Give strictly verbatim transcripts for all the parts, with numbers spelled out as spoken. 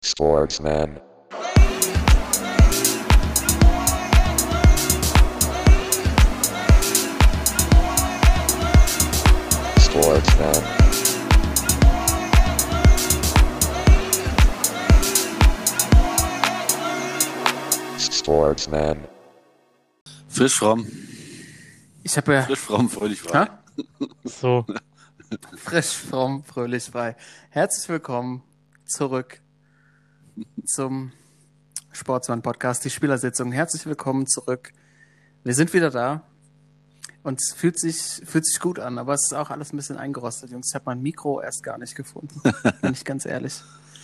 Sportsman. Sportsman. Sportsman. Frisch, fromm. Ich habe ja... Frisch, fromm, fröhlich frei. So. Frisch, fromm, fröhlich frei. Herzlich willkommen zurück zum Sportsman-Podcast, die Spielersitzung. Herzlich willkommen zurück. Wir sind wieder da und es fühlt sich, fühlt sich gut an, aber es ist auch alles ein bisschen eingerostet, Jungs. Ich habe mein Mikro erst gar nicht gefunden, bin ich ganz ehrlich.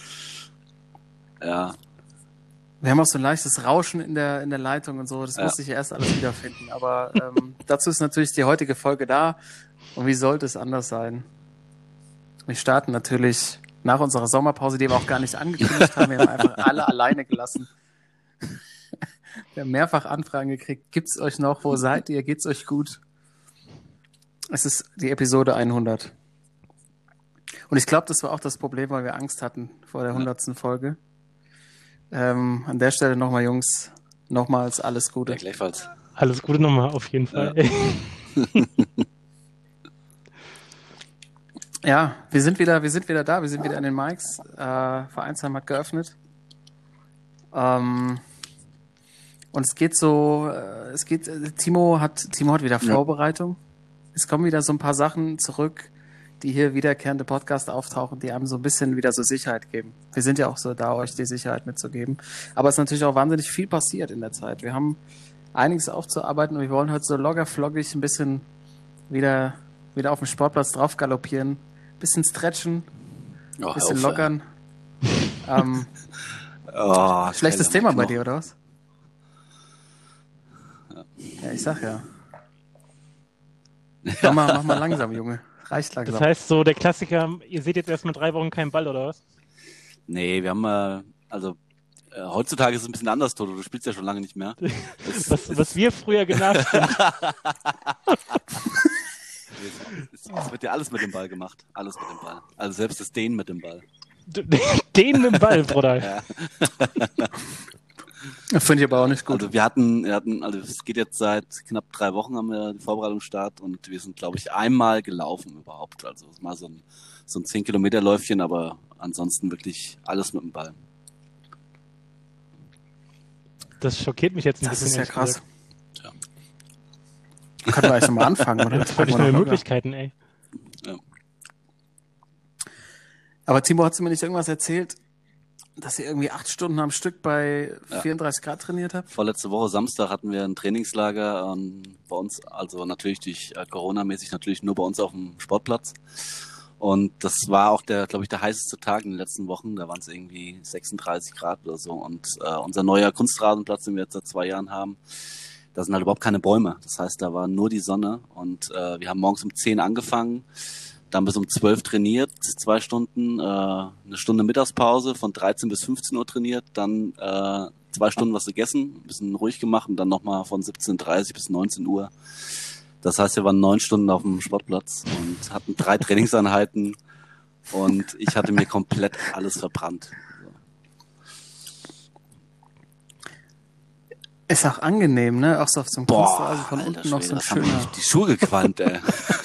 Ja. Wir haben auch so ein leichtes Rauschen in der, in der Leitung und so. Das Ja. muss ich erst alles wiederfinden. Aber ähm, dazu ist natürlich die heutige Folge da. Und wie sollte es anders sein? Wir starten natürlich nach unserer Sommerpause, die wir auch gar nicht angekündigt haben. Wir haben einfach alle alleine gelassen. Wir haben mehrfach Anfragen gekriegt. Gibt's euch noch? Wo seid ihr? Geht's euch gut? Es ist die Episode hundert. Und ich glaube, das war auch das Problem, weil wir Angst hatten vor der hundertsten Folge. Ähm, an der Stelle nochmal, Jungs, nochmals alles Gute. Ja, gleichfalls. Alles Gute nochmal, auf jeden Fall. Ja. Ja, wir sind wieder, wir sind wieder da, wir sind wieder an den Mikes. Äh, Vereinsheim hat geöffnet. Ähm, und es geht so, äh, es geht, äh, Timo hat, Timo hat wieder Ja. Vorbereitung. Es kommen wieder so ein paar Sachen zurück, die hier wiederkehrende Podcasts auftauchen, die einem so ein bisschen wieder so Sicherheit geben. Wir sind ja auch so da, euch die Sicherheit mitzugeben. Aber es ist natürlich auch wahnsinnig viel passiert in der Zeit. Wir haben einiges aufzuarbeiten und wir wollen heute so logger-floggig ein bisschen wieder, wieder auf dem Sportplatz drauf galoppieren, bisschen stretchen, Oh, hör bisschen auf, lockern. ähm, ey. Oh, schlechtes Alter, Thema bei Knochen. dir, oder was? Ja, ich sag ja. Mach mal, mach mal langsam, Junge. Reicht langsam. Das heißt so, der Klassiker, ihr seht jetzt erstmal drei Wochen keinen Ball, oder was? Nee, wir haben, äh, also, äh, heutzutage ist es ein bisschen anders, Toto. Du spielst ja schon lange nicht mehr. Es, Was, was wir früher genervt haben. es, es wird ja alles mit dem Ball gemacht. Alles mit dem Ball. Also selbst das Dehnen mit dem Ball. Den mit dem Ball, Bruder. Ja. Finde ich aber auch nicht gut. Also wir hatten, wir hatten, also es geht jetzt seit knapp drei Wochen haben wir die Vorbereitungsstart und wir sind, glaube ich, einmal gelaufen überhaupt. Also mal so ein, so ein zehn Kilometer Läufchen, aber ansonsten wirklich alles mit dem Ball. Das schockiert mich jetzt ein Das bisschen. ist ja ehrlich krass. Tja. Können wir eigentlich nochmal anfangen, oder? gesagt. Völlig neue Möglichkeiten, ey. Ja. Aber Timo, hast du mir nicht irgendwas erzählt, dass ihr irgendwie acht Stunden am Stück bei Ja. vierunddreißig Grad trainiert habt? Vorletzte Woche Samstag hatten wir ein Trainingslager ähm, bei uns, also natürlich durch äh, Corona-mäßig natürlich nur bei uns auf dem Sportplatz. Und das war auch der, glaube ich, der heißeste Tag in den letzten Wochen. Da waren es irgendwie sechsunddreißig Grad oder so. Und äh, unser neuer Kunstrasenplatz, den wir jetzt seit zwei Jahren haben, da sind halt überhaupt keine Bäume. Das heißt, da war nur die Sonne. Und äh, wir haben morgens um zehn angefangen, dann bis um zwölf trainiert, zwei Stunden, äh, eine Stunde Mittagspause, von dreizehn bis fünfzehn Uhr trainiert, dann äh, zwei Stunden was gegessen, ein bisschen ruhig gemacht und dann nochmal von siebzehn Uhr dreißig bis neunzehn Uhr. Das heißt, wir waren neun Stunden auf dem Sportplatz und hatten drei Trainingseinheiten und ich hatte mir komplett alles verbrannt. Ist auch angenehm, ne? Auch so auf so einem Boah, Kunstrasen von alter unten noch so ein Schwede, das haben schöner... mich die Schuhe gequalmt, ey.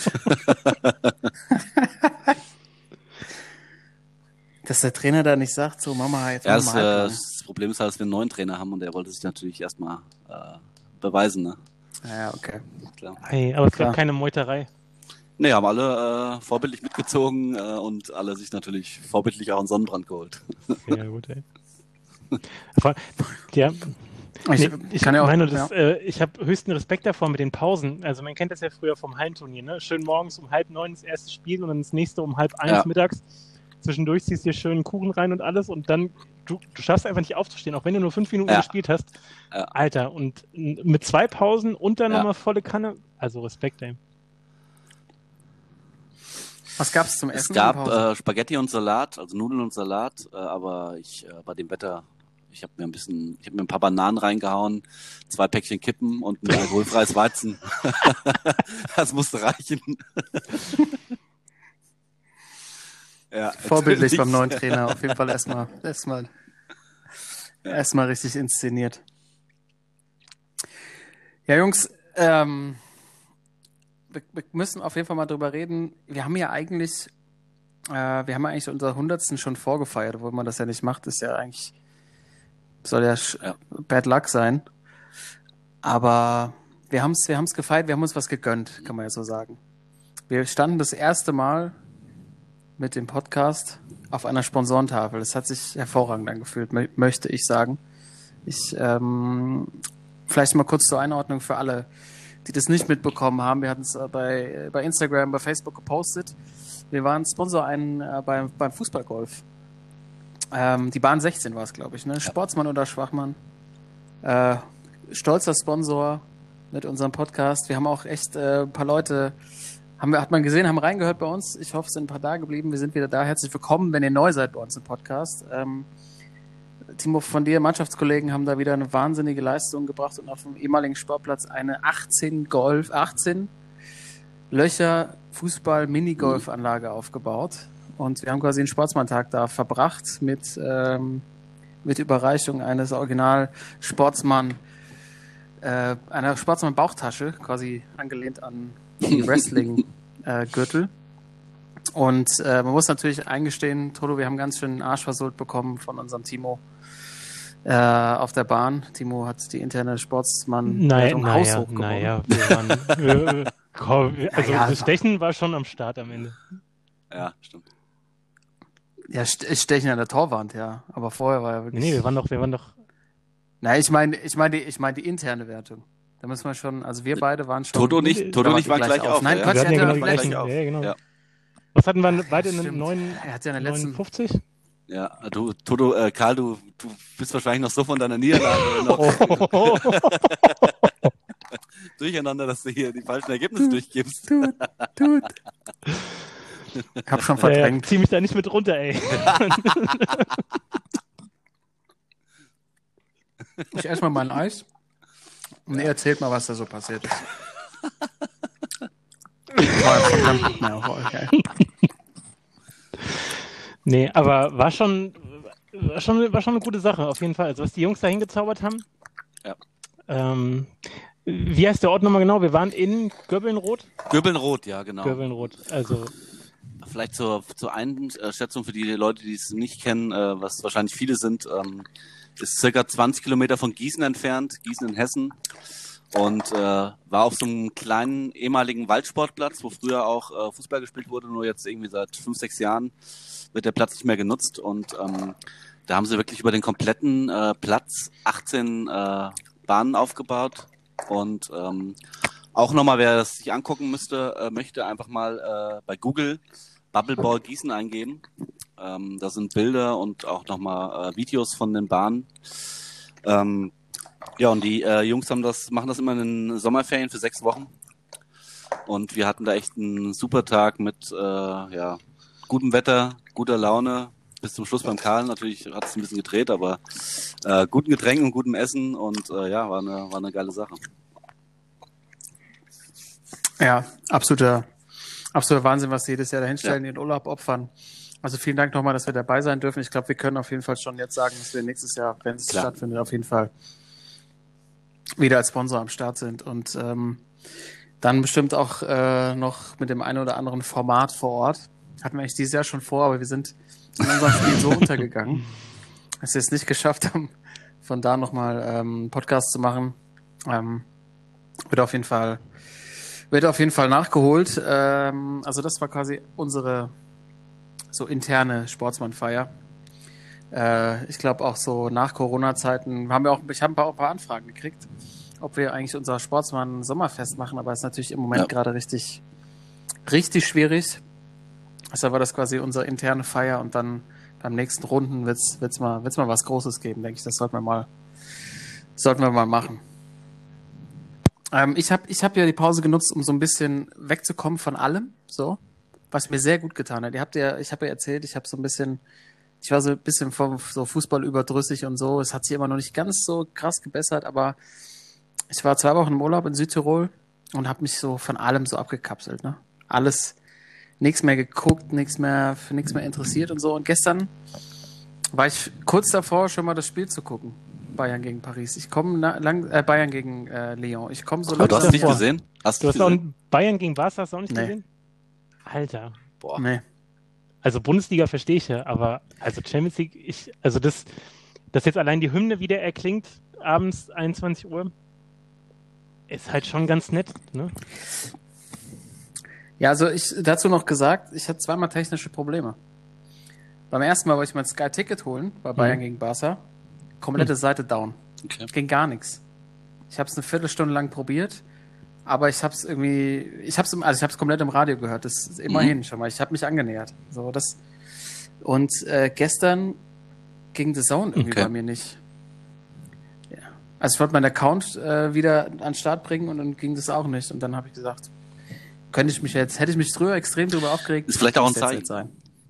Dass der Trainer da nicht sagt, so Mama, jetzt Ja, mach das, mal äh, Halblang. das Problem ist halt, dass wir einen neuen Trainer haben und der wollte sich natürlich erstmal äh, beweisen, ne? Ja, okay. Klar. Ey, aber es Klar. gab keine Meuterei. Nee, haben alle äh, vorbildlich mitgezogen äh, und alle sich natürlich vorbildlich auch einen Sonnenbrand geholt. Sehr gut, ey. Aber, ja, Ich, nee, ich kann ja auch... meine, das, ja. äh, ich habe höchsten Respekt davor mit den Pausen. Also man kennt das ja früher vom Hallenturnier, ne? Schön morgens um halb neun das erste Spiel und dann das nächste um halb eins Ja. mittags. Zwischendurch ziehst du dir schön Kuchen rein und alles und dann, du, du schaffst einfach nicht aufzustehen, auch wenn du nur fünf Minuten Ja. gespielt hast. Ja. Alter, und n- mit zwei Pausen und dann Ja. nochmal volle Kanne. Also Respekt, ey. Was gab's zum Es Essen? gab in der Pause? äh, Spaghetti und Salat, also Nudeln und Salat, äh, aber ich äh, bei dem Wetter, ich habe mir ein bisschen, ich habe mir ein paar Bananen reingehauen, zwei Päckchen Kippen und ein alkoholfreies Weizen. Das musste reichen. Ja, Vorbildlich natürlich. beim neuen Trainer. Auf jeden Fall erstmal erstmal Erstmal richtig inszeniert. Ja, Jungs, ähm, wir, wir müssen auf jeden Fall mal drüber reden. Wir haben ja eigentlich, äh, wir haben ja eigentlich unser Hundertsten schon vorgefeiert, obwohl man das ja nicht macht. Ist ja eigentlich, soll ja, sch- Ja. Bad Luck sein. Aber wir haben es wir haben's gefeiert, wir haben uns was gegönnt, kann man ja so sagen. Wir standen das erste Mal mit dem Podcast auf einer Sponsorentafel. Das hat sich hervorragend angefühlt, mö- möchte ich sagen. Ich, ähm, vielleicht mal kurz zur Einordnung für alle, die das nicht mitbekommen haben. Wir hatten es äh, bei, bei Instagram, bei Facebook gepostet. Wir waren Sponsor ein, äh, beim, beim Fußballgolf. Ähm, die Bahn sechzehn war es, glaube ich, ne? Sportsmann oder Schwachmann. Äh, stolzer Sponsor mit unserem Podcast. Wir haben auch echt äh, ein paar Leute, haben wir, hat man gesehen, haben reingehört bei uns. Ich hoffe, es sind ein paar da geblieben. Wir sind wieder da. Herzlich willkommen, wenn ihr neu seid bei uns im Podcast. Ähm, Timo, von dir, Mannschaftskollegen haben da wieder eine wahnsinnige Leistung gebracht und auf dem ehemaligen Sportplatz eine achtzehn Golf, achtzehn Löcher Fußball-Minigolfanlage aufgebaut. Und wir haben quasi einen Sportsmanntag da verbracht mit, ähm, mit Überreichung eines Original Sportsmann, äh, einer Sportsmann-Bauchtasche, quasi angelehnt an die Wrestling-Gürtel. Und äh, man muss natürlich eingestehen, Toto, wir haben ganz schön Arsch versohlt bekommen von unserem Timo äh, auf der Bahn. Timo hat die interne Sportsmann-Wertung Naja, haushoch naja, gewonnen. naja. Wir waren, wir, äh, komm, wir- also Naja, das Stechen war schon am Start am Ende. Ja, stimmt. Ja, st- Stechen an der Torwand, ja. Aber vorher war ja Nee, wirklich... nee, wir waren doch, wir waren doch. Nein, ich meine ich meine die, ich meine die interne Wertung. Da müssen wir schon, also wir beide waren schon... Toto Nee, nicht, Toto da nicht war wart ihr gleich gleich auf. auf. Nein, ja. Quatsch, Wir hatten ja er genau hat die ja gleich gleichen. auf. Ja, genau. Ja. Was hatten wir beide in Stimmt. neun, Er hat ja in der letzten... neunundfünfzig? Ja, du, Toto, äh, Karl, du, du bist wahrscheinlich noch so von deiner Niederlage noch Oh. durcheinander, dass du hier die falschen Ergebnisse durchgibst. Tut, tut. Ich hab schon Ja, ja, verdrängt. zieh mich da nicht mit runter, ey. Ich esse mal mein Eis. Und er erzählt mal, was da so passiert ist. War von keinem Bock mehr auf euch, ey. Nee, aber war schon, war schon, war schon eine gute Sache, auf jeden Fall. Also was die Jungs da hingezaubert haben. Ja. Ähm, wie heißt der Ort nochmal genau? Wir waren in Göbbelnrot? Göbbelnrot, ja, genau. Göbbelnrot. Also, Vielleicht zur, zur Einschätzung für die Leute, die es nicht kennen, äh, was wahrscheinlich viele sind, ähm, ist circa zwanzig Kilometer von Gießen entfernt, Gießen in Hessen. Und äh, war auf so einem kleinen ehemaligen Waldsportplatz, wo früher auch äh, Fußball gespielt wurde, nur jetzt irgendwie seit fünf, sechs Jahren wird der Platz nicht mehr genutzt. Und ähm, da haben sie wirklich über den kompletten äh, Platz achtzehn äh, Bahnen aufgebaut. Und ähm, auch nochmal, wer das sich angucken müsste, äh, möchte einfach mal äh, bei Google Bubbleball Gießen eingeben. Ähm, da sind Bilder und auch nochmal äh, Videos von den Bahnen. Ähm, ja, und die äh, Jungs haben das, machen das immer in den Sommerferien für sechs Wochen. Und wir hatten da echt einen super Tag mit äh, ja, gutem Wetter, guter Laune. Bis zum Schluss beim Karl natürlich hat es ein bisschen gedreht, aber äh, guten Getränken und gutem Essen und äh, ja, war eine, war eine geile Sache. Ja, absoluter, absoluter Wahnsinn, was sie jedes Jahr dahinstellen, ja. Ihren Urlaub opfern. Also vielen Dank nochmal, dass wir dabei sein dürfen. Ich glaube, wir können auf jeden Fall schon jetzt sagen, dass wir nächstes Jahr, wenn es Klar. stattfindet, auf jeden Fall wieder als Sponsor am Start sind und ähm, dann bestimmt auch äh, noch mit dem einen oder anderen Format vor Ort. Hatten wir eigentlich dieses Jahr schon vor, aber wir sind in unserem Spiel so untergegangen, dass wir es nicht geschafft haben, von da nochmal ähm, einen Podcast zu machen. Ähm, wird auf jeden Fall wird auf jeden Fall nachgeholt. Ähm, also das war quasi unsere so interne Sportsmann-Feier. Äh, ich glaube auch so nach Corona-Zeiten haben wir auch, ich habe ein paar, ein paar Anfragen gekriegt, ob wir eigentlich unser Sportsmann-Sommerfest machen, aber es ist natürlich im Moment Ja. gerade richtig, richtig schwierig. Deshalb war das quasi unsere interne Feier und dann beim nächsten Runden wird's, wird's mal, wird's mal was Großes geben, denke ich. Das sollten wir mal, sollten wir mal machen. Ähm, ich habe ich hab ja die Pause genutzt, um so ein bisschen wegzukommen von allem, so, was mir sehr gut getan hat. Ihr habt ja, ich habe ja erzählt, ich habe so ein bisschen, ich war so ein bisschen vom so Fußball überdrüssig und so. Es hat sich immer noch nicht ganz so krass gebessert, aber ich war zwei Wochen im Urlaub in Südtirol und habe mich so von allem so abgekapselt, ne? Alles, nichts mehr geguckt, nichts mehr, für nichts mehr interessiert und so. Und gestern war ich kurz davor, schon mal das Spiel zu gucken. Bayern gegen Paris. Ich komme lang, äh, Bayern gegen äh, Lyon. Ich komme so Aber du hast langsam nicht vor. gesehen? Hast Du hast auch gesehen? Bayern gegen Barca hast du auch nicht Nee. gesehen? Alter. Boah. Nee. Also Bundesliga verstehe ich ja, aber also Champions League, ich, also das, dass jetzt allein die Hymne wieder erklingt, abends einundzwanzig Uhr, ist halt schon ganz nett, ne? Ja, also ich dazu noch gesagt, ich hatte zweimal technische Probleme. Beim ersten Mal wollte ich mein Sky-Ticket holen, bei Bayern Mhm. gegen Barca. Komplette Mhm. Seite down. Okay. Ging gar nichts. Ich habe es eine Viertelstunde lang probiert, aber ich habe es irgendwie, ich habe es, also ich habe es komplett im Radio gehört. Das ist immerhin schon mal. Ich habe mich angenähert. So das. Und äh, gestern ging The Zone irgendwie Okay. bei mir nicht. Ja. Also ich wollte meinen Account äh, wieder an den Start bringen und dann ging das auch nicht. Und dann habe ich gesagt, könnte ich mich jetzt, hätte ich mich früher extrem darüber aufgeregt. Ist vielleicht auch ein muss jetzt Zeichen. nicht sein.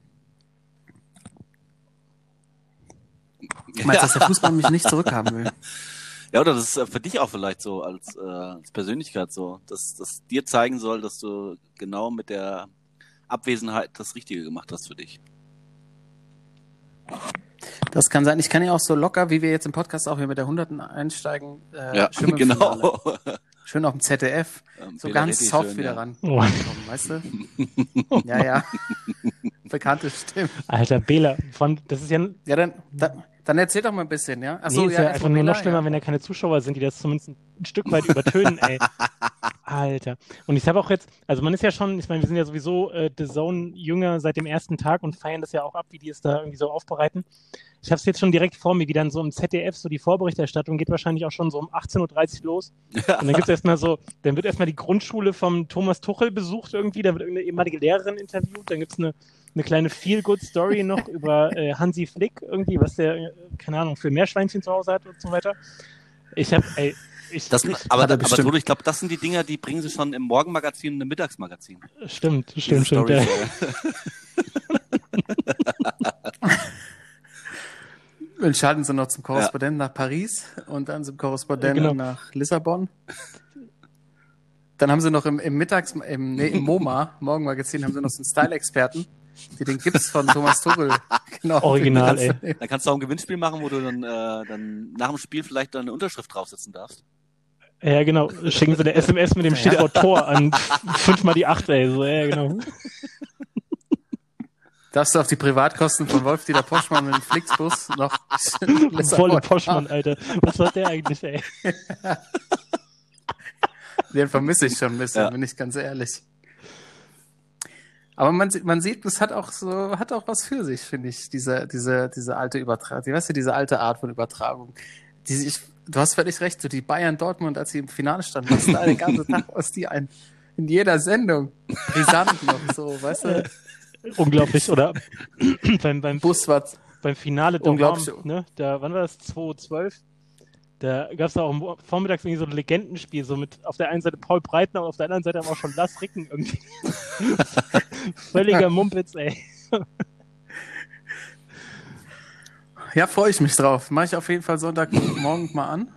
Du meinst, dass der Fußball mich nicht zurückhaben will? Ja, oder das ist äh, für dich auch vielleicht so als, äh, als Persönlichkeit so, dass das dir zeigen soll, dass du genau mit der Abwesenheit das Richtige gemacht hast für dich. Das kann sein. Ich kann ja auch so locker, wie wir jetzt im Podcast auch hier mit der Hunderten einsteigen. Äh, Ja, schön im Finale. genau. Schön auf dem Z D F. Ähm, So Bela ganz Reti soft schön, wieder ja. ran. Oh. Kommen, weißt du? Ja, ja. Bekannte Stimme. Alter, Bela, von, das ist ja, Ja, dann, dann, dann erzähl doch mal ein bisschen, ja? Ach nee, so, ist ja, einfach nur Bela, noch schlimmer, ja. wenn da keine Zuschauer sind, die das zumindest ein Stück weit übertönen, ey. Alter. Und ich habe auch jetzt, also man ist ja schon, ich meine, wir sind ja sowieso äh, The Zone Jünger seit dem ersten Tag und feiern das ja auch ab, wie die es da irgendwie so aufbereiten. Ich habe es jetzt schon direkt vor mir, wie dann so im Z D F so die Vorberichterstattung geht wahrscheinlich auch schon so um achtzehn Uhr dreißig los. Und dann gibt's erstmal so, dann wird erstmal die Grundschule vom Thomas Tuchel besucht irgendwie, da wird irgendeine ehemalige Lehrerin interviewt, dann gibt's eine, eine kleine Feel-Good-Story noch über äh, Hansi Flick irgendwie, was der, äh, keine Ahnung, für Meerschweinchen zu Hause hat und so weiter. Ich habe, ey, ich, Das, ich, aber, hat er aber bestimmt. Trude, ich glaube, das sind die Dinger, die bringen sie schon im Morgenmagazin und im Mittagsmagazin. stimmt, Diese stimmt, stimmt. Ja. Storys, äh, Dann schalten sie noch zum Korrespondenten nach Paris und dann zum Korrespondenten Genau. nach Lissabon. Dann haben sie noch im, im Mittags, im, nee, im MoMA, Morgenmagazin, haben sie noch so einen Style-Experten, die den Gips von Thomas Tuchel genau Original, ey. Dann kannst du auch ein Gewinnspiel machen, wo du dann, äh, dann nach dem Spiel vielleicht dann eine Unterschrift draufsetzen darfst. Ja, genau. Schicken sie eine S M S mit dem Stichwort Tor an fünfmal die acht, ey. So, ja, genau. Darfst du auf die Privatkosten von Wolf-Dieter Poschmann mit dem Flixbus noch Volle Poschmann, Alter. Was war der eigentlich, ey? Den vermisse ich schon ein bisschen, Ja. bin ich ganz ehrlich. Aber man, sieht- man sieht, es hat auch so, hat auch was für sich, finde ich, diese, diese, diese alte Übertragung, weißt du, diese alte Art von Übertragung. Die sich, du hast völlig recht, so die Bayern Dortmund, als sie im Finale standen, was da den ganzen Tag, was die ein, in jeder Sendung, brisant noch so, weißt du, Unglaublich. Oder beim, beim, Bus war, beim Finale Unglaublich. Daum, ne? Da, wann war das? zweitausendzwölf? Da gab es auch am vormittags irgendwie so ein Legendenspiel, so mit auf der einen Seite Paul Breitner und auf der anderen Seite aber auch schon Lars Ricken irgendwie. Völliger Mumpitz, ey. ja, freue ich mich drauf. Mache ich auf jeden Fall Sonntagmorgen mal an.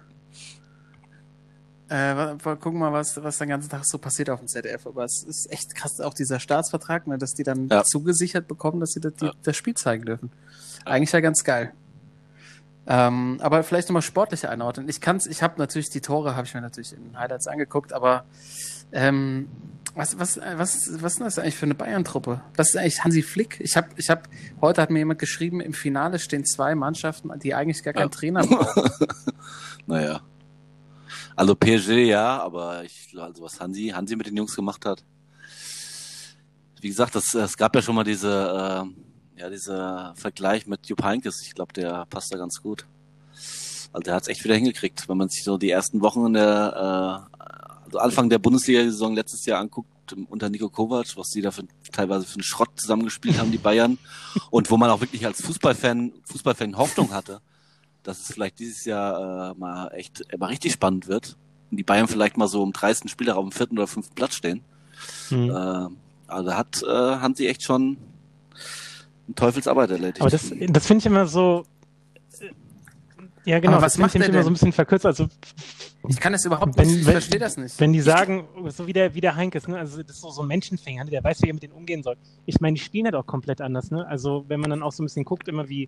Äh, wa- wa- gucken mal, was, was den ganzen Tag so passiert auf dem Z D F. Aber es ist echt krass, auch dieser Staatsvertrag, ne, dass die dann Ja. zugesichert bekommen, dass sie das, die, Ja. das Spiel zeigen dürfen. Eigentlich ja ganz geil. Ähm, aber vielleicht nochmal sportliche einordnen. Ich kann's, ich habe natürlich die Tore, habe ich mir natürlich in den Highlights angeguckt, aber ähm, was, was, was, was ist das eigentlich für eine Bayern-Truppe? Was ist eigentlich Hansi Flick? Ich habe, ich habe, heute hat mir jemand geschrieben, im Finale stehen zwei Mannschaften, die eigentlich gar keinen Ja. Trainer brauchen. Naja. Also P S G ja, aber ich, also was Hansi, Hansi mit den Jungs gemacht hat. Wie gesagt, das, es gab ja schon mal diese, äh, ja, dieser Vergleich mit Jupp Heynckes. Ich glaube, der passt da ganz gut. Also der hat es echt wieder hingekriegt, wenn man sich so die ersten Wochen in der, äh, also Anfang der Bundesliga-Saison letztes Jahr anguckt, unter Nico Kovac, was die da für, teilweise für einen Schrott zusammengespielt haben, die Bayern. Und wo man auch wirklich als Fußballfan, Fußballfan Hoffnung hatte, dass es vielleicht dieses Jahr äh, mal echt äh, mal richtig spannend wird und die Bayern vielleicht mal so im dreißigsten Spieltag auf dem vierten oder fünften Platz stehen. Hm. Äh, also da hat äh, Hansi echt schon eine Teufelsarbeit erledigt. Aber das, das finde ich immer so. äh, Ja, genau, Aber was das finde macht ich der immer so ein denn? bisschen verkürzt. Also, Ich kann das überhaupt Wenn- nicht, ich wenn- verstehe das nicht. wenn die sagen, so wie der, wie der Heinkes, ne, also das ist so, so ein Menschenfänger, ne, der weiß, wie er mit denen umgehen soll. Ich meine, die spielen halt auch komplett anders, ne? Also, wenn man dann auch so ein bisschen guckt, immer wie,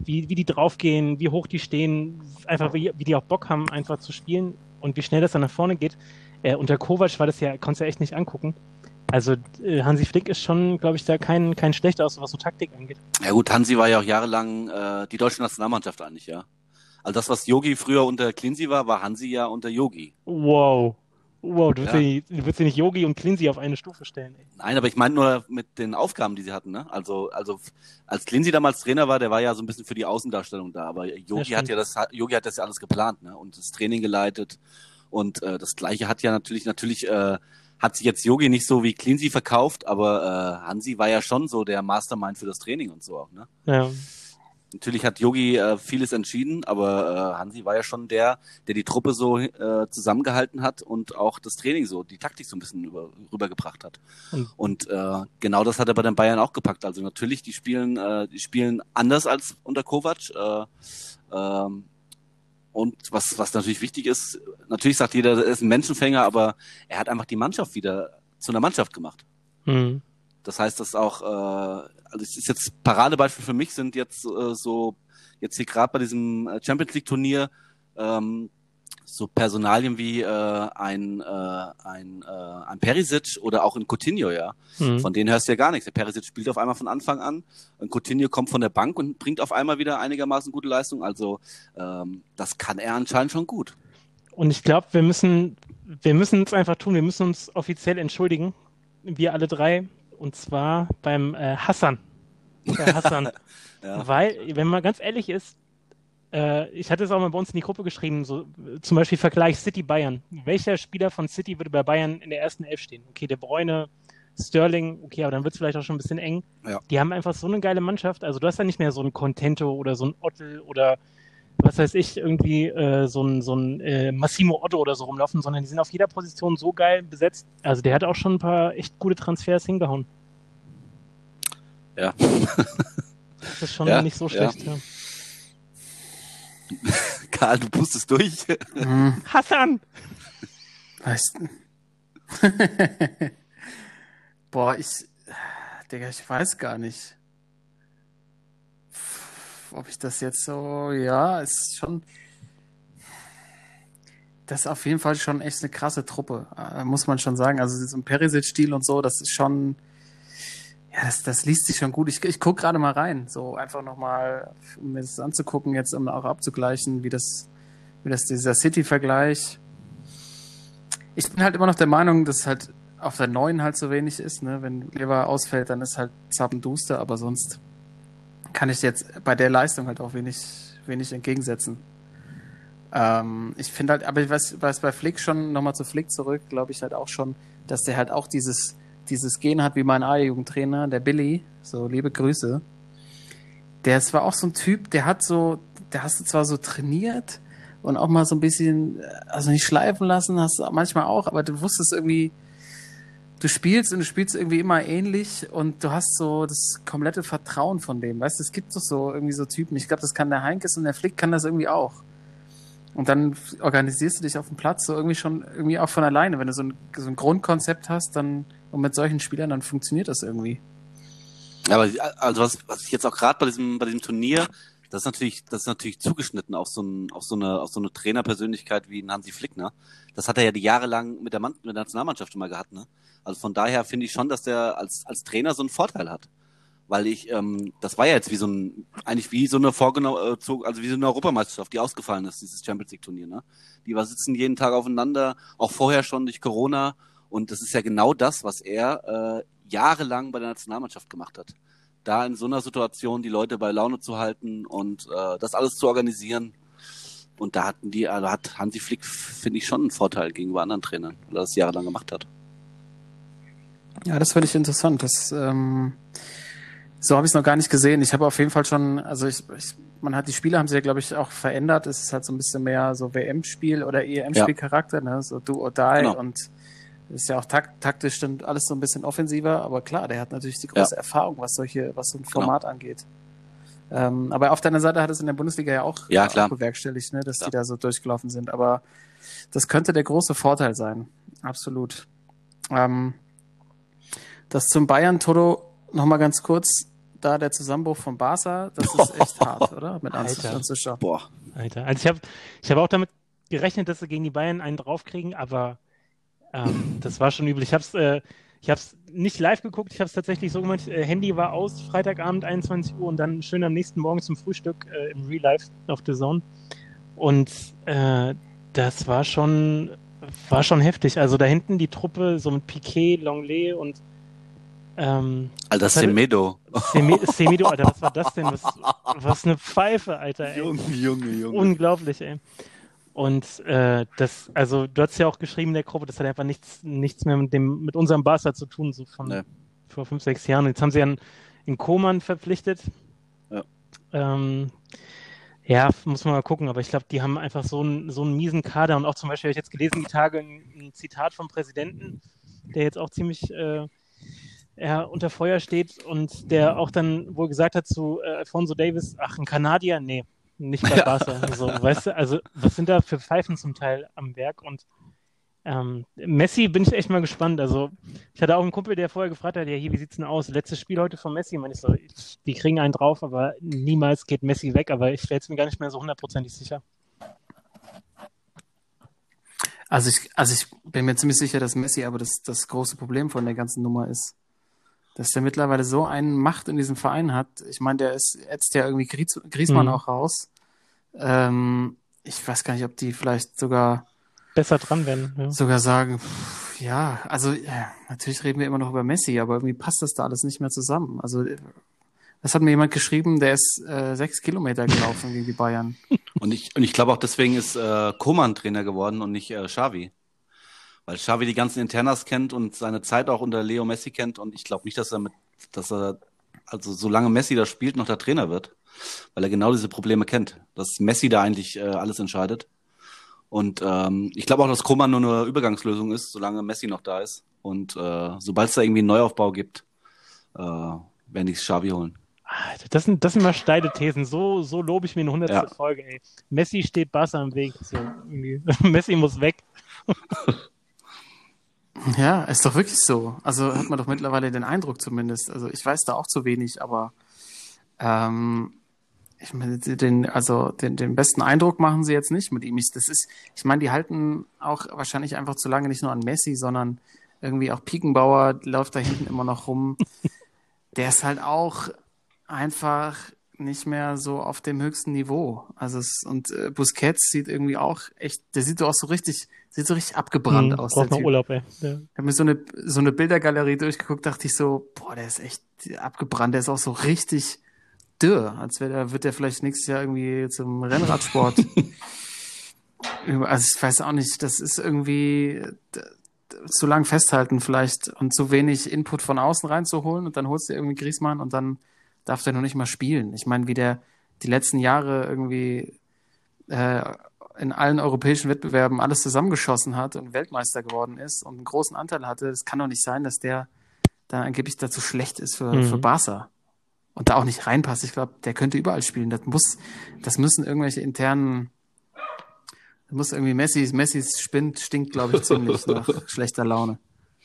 wie, wie die draufgehen, wie hoch die stehen, einfach wie, wie die auch Bock haben, einfach zu spielen und wie schnell das dann nach vorne geht. Äh, unter Kovac war das ja, konntest du ja echt nicht angucken. Also äh, Hansi Flick ist schon, glaube ich, da kein, kein schlechter, was so Taktik angeht. Ja gut, Hansi war ja auch jahrelang äh, die deutsche Nationalmannschaft eigentlich, ja. Also das, was Yogi früher unter Cleansey war, war Hansi ja unter Yogi. Wow. Wow, du willst Ja. ja nicht, du willst ja nicht Yogi und Cleansey auf eine Stufe stellen. Ey. Nein, aber ich meine nur mit den Aufgaben, die sie hatten, ne? Also, also als Cleansey damals Trainer war, der war ja so ein bisschen für die Außendarstellung da, aber Yogi Ja, hat ja das, Yogi hat das ja alles geplant, ne? Und das Training geleitet und äh, das Gleiche hat ja natürlich, natürlich äh, hat sich jetzt Yogi nicht so wie Cleansey verkauft, aber äh, Hansi war ja schon so der Mastermind für das Training und so auch, ne? Ja. Natürlich hat Yogi äh, vieles entschieden, aber äh, Hansi war ja schon der, der die Truppe so äh, zusammengehalten hat und auch das Training so, die Taktik so ein bisschen über, rübergebracht hat. Und, Und äh, genau das hat er bei den Bayern auch gepackt. Also natürlich, die spielen, äh, die spielen anders als unter Kovac. Äh, ähm, und was, was natürlich wichtig ist, natürlich sagt jeder, er ist ein Menschenfänger, aber er hat einfach die Mannschaft wieder zu einer Mannschaft gemacht. hm. Das heißt, dass auch, äh, also es ist jetzt Paradebeispiel für mich sind jetzt äh, so, jetzt hier gerade bei diesem äh, Champions League Turnier, ähm, so Personalien wie äh, ein, äh, ein, äh, ein Perisic oder auch ein Coutinho, ja. Hm. Von denen hörst du ja gar nichts. Der Perisic spielt auf einmal von Anfang an, ein Coutinho kommt von der Bank und bringt auf einmal wieder einigermaßen gute Leistung. Also ähm, das kann er anscheinend schon gut. Und ich glaube, wir müssen, wir müssen es einfach tun. Wir müssen uns offiziell entschuldigen. Wir alle drei. Und zwar beim äh, Hassan. Bei Hassan. Ja. Weil, wenn man ganz ehrlich ist, äh, ich hatte es auch mal bei uns in die Gruppe geschrieben, so äh, zum Beispiel Vergleich City-Bayern. Welcher Spieler von City würde bei Bayern in der ersten Elf stehen? Okay, De Bruyne, Sterling, okay, aber dann wird es vielleicht auch schon ein bisschen eng. Ja. Die haben einfach so eine geile Mannschaft. Also du hast ja nicht mehr so einen Contento oder so einen Ottel oder was weiß ich, irgendwie äh, so ein, so ein äh, Massimo Otto oder so rumlaufen, sondern die sind auf jeder Position so geil besetzt. Also der hat auch schon ein paar echt gute Transfers hingehauen. Ja. Das ist schon Ja, nicht so ja. schlecht. Ja. Karl, du pustest durch. Hm, Hassan! weißt Boah, ich, Digga, ich weiß gar nicht, ob ich das jetzt so, ja, ist schon, das ist auf jeden Fall schon echt eine krasse Truppe, äh, muss man schon sagen. Also so ein Perisic-Stil und so, das ist schon, ja, das, das liest sich schon gut. Ich, ich gucke gerade mal rein, so einfach nochmal, um mir das anzugucken, jetzt um auch abzugleichen, wie das, wie das dieser City-Vergleich. Ich bin halt immer noch der Meinung, dass halt auf der neuen halt so wenig ist, ne? Wenn Lever ausfällt, dann ist halt zappenduster, aber sonst kann ich jetzt bei der Leistung halt auch wenig, wenig entgegensetzen. Ähm, ich finde halt, aber ich weiß, weiß bei Flick schon, nochmal zu Flick zurück, glaube ich halt auch schon, dass der halt auch dieses, dieses Gen hat wie mein A-Jugendtrainer, der Billy, so liebe Grüße. Der ist zwar auch so ein Typ, der hat so, der hast du zwar so trainiert und auch mal so ein bisschen, also nicht schleifen lassen, hast du manchmal auch, aber du wusstest irgendwie, du spielst und du spielst irgendwie immer ähnlich und du hast so das komplette Vertrauen von dem. Weißt du, es gibt doch so irgendwie so Typen. Ich glaube, das kann der Heinkes und der Flick kann das irgendwie auch. Und dann organisierst du dich auf dem Platz so irgendwie schon irgendwie auch von alleine. Wenn du so ein, so ein Grundkonzept hast, dann und mit solchen Spielern, dann funktioniert das irgendwie. Aber also was, was ich jetzt auch gerade bei diesem bei diesem Turnier, das ist natürlich, das ist natürlich zugeschnitten auf so ein, auf so eine, auf so eine Trainerpersönlichkeit wie ein Hansi Flick, ne? Das hat er ja die Jahre lang mit der, Mann, mit der Nationalmannschaft immer gehabt, ne? Also von daher finde ich schon, dass der als als Trainer so einen Vorteil hat, weil ich, ähm, das war ja jetzt wie so ein, eigentlich wie so eine vorgenommen, also wie so eine Europameisterschaft, die ausgefallen ist, dieses Champions League Turnier, ne? Die war sitzen jeden Tag aufeinander, auch vorher schon durch Corona, und das ist ja genau das, was er äh, jahrelang bei der Nationalmannschaft gemacht hat. Da in so einer Situation die Leute bei Laune zu halten und äh, das alles zu organisieren. Und da hatten die, also hat Hansi Flick, finde ich, schon einen Vorteil gegenüber anderen Trainern, weil er das jahrelang gemacht hat. Ja, das finde ich interessant. Das, ähm, so habe ich es noch gar nicht gesehen. Ich habe auf jeden Fall schon, also ich, ich man hat die Spiele haben sich ja, glaube ich, auch verändert. Es ist halt so ein bisschen mehr so W M-Spiel oder E M-Spiel-Charakter, ne? So do or die, Genau. und ist ja auch tak- taktisch dann alles so ein bisschen offensiver, aber klar, der hat natürlich die große Ja. Erfahrung, was solche, was so ein Format angeht. Ähm, aber auf deiner Seite hat es in der Bundesliga ja auch, Ja, auch klar. bewerkstelligt, ne, dass Klar. die da so durchgelaufen sind. Aber das könnte der große Vorteil sein. Absolut. Ähm, das zum Bayern, Toto, nochmal ganz kurz. da der Zusammenbruch von Barca, das ist echt hart, oder? Mit Alter. anzuschauen. Boah. Alter. Also ich habe ich hab auch damit gerechnet, dass sie gegen die Bayern einen draufkriegen, aber ähm, das war schon übel. Ich habe es äh, ich hab's nicht live geguckt, ich habe es tatsächlich so gemacht, äh, Handy war aus, Freitagabend einundzwanzig Uhr und dann schön am nächsten Morgen zum Frühstück äh, im Real Life auf The Zone. Und äh, das war schon, war schon heftig. Also da hinten die Truppe, so mit Piquet, Longley und ähm, Alter, was hatte- Semedo. Semi- Semedo, Alter, was war das denn? Was, was eine Pfeife, Alter, ey. Junge, Junge, Junge. Unglaublich, ey. Und äh, das, also du hast ja auch geschrieben in der Gruppe, das hat einfach nichts, nichts mehr mit dem, mit unserem Barca zu tun, so von Nee. vor fünf, sechs Jahren. Jetzt haben sie einen, einen Koman verpflichtet. Ja. Ähm, ja, muss man mal gucken, aber ich glaube, die haben einfach so einen, so einen miesen Kader und auch zum Beispiel habe ich jetzt gelesen, die Tage ein, ein Zitat vom Präsidenten, der jetzt auch ziemlich äh, ja, unter Feuer steht und der auch dann wohl gesagt hat zu äh, Alphonso Davies, ach, ein Kanadier? Nee, nicht bei Barca. So, weißt du, also was sind da für Pfeifen zum Teil am Werk und ähm, Messi bin ich echt mal gespannt. Also ich hatte auch einen Kumpel, der vorher gefragt hat, ja hier, wie sieht's denn aus? Letztes Spiel heute von Messi. Und ich so, ich, die kriegen einen drauf, aber niemals geht Messi weg. Aber ich wäre jetzt mir gar nicht mehr so hundertprozentig sicher. Also ich, also ich bin mir ziemlich sicher, dass Messi aber das, das große Problem von der ganzen Nummer ist. Dass der mittlerweile so eine Macht in diesem Verein hat. Ich meine, der ist jetzt ja irgendwie Gries, Griezmann Mhm. auch raus. Ähm, ich weiß gar nicht, ob die vielleicht sogar Besser dran werden. Ja. sogar sagen, pff, ja, also ja, natürlich reden wir immer noch über Messi, aber irgendwie passt das da alles nicht mehr zusammen. Also äh, das hat mir jemand geschrieben, der ist äh, sechs Kilometer gelaufen gegen die Bayern. Und ich, und ich glaube auch deswegen ist äh, Koman Trainer geworden und nicht äh, Xavi. Weil Xavi die ganzen Internas kennt und seine Zeit auch unter Leo Messi kennt und ich glaube nicht, dass er mit, dass er, also solange Messi da spielt, noch der Trainer wird. Weil er genau diese Probleme kennt. Dass Messi da eigentlich äh, alles entscheidet. Und ähm, ich glaube auch, dass Koman nur eine Übergangslösung ist, solange Messi noch da ist. Und äh, sobald es da irgendwie einen Neuaufbau gibt, äh, werden die Xavi holen. Alter, das sind, das sind mal steile Thesen. So, so lobe ich mir eine hundertste Ja. Folge, ey. Messi steht Barca im Weg. So, irgendwie. Messi muss weg. Ja, ist doch wirklich so. Also hat man doch mittlerweile den Eindruck zumindest. Also ich weiß da auch zu wenig, aber ähm, ich meine, den, also den, den besten Eindruck machen sie jetzt nicht mit ihm. Ich, das ist, ich meine, die halten auch wahrscheinlich einfach zu lange nicht nur an Messi, sondern irgendwie auch Piekenbauer läuft da hinten immer noch rum. Der ist halt auch einfach nicht mehr so auf dem höchsten Niveau. Also es, und äh, Busquets sieht irgendwie auch echt, der sieht doch auch so richtig, sieht so richtig abgebrannt Hm, aus. braucht Der noch Typ. Urlaub, ey. Ja. Ich habe mir so eine, so eine Bildergalerie durchgeguckt, dachte ich so, boah, der ist echt abgebrannt, der ist auch so richtig dürr, als wäre der, wird der vielleicht nächstes Jahr irgendwie zum Rennradsport. Also ich weiß auch nicht, das ist irgendwie d- d- zu lang festhalten vielleicht und zu wenig Input von außen reinzuholen und dann holst du irgendwie Griezmann und dann darf der noch nicht mal spielen. Ich meine, wie der die letzten Jahre irgendwie äh, in allen europäischen Wettbewerben alles zusammengeschossen hat und Weltmeister geworden ist und einen großen Anteil hatte, es kann doch nicht sein, dass der da angeblich dazu schlecht ist für, Mhm. für Barca und da auch nicht reinpasst. Ich glaube, der könnte überall spielen. Das muss, das müssen irgendwelche internen, das muss irgendwie Messi, Messis Spind stinkt, glaube ich, ziemlich nach schlechter Laune.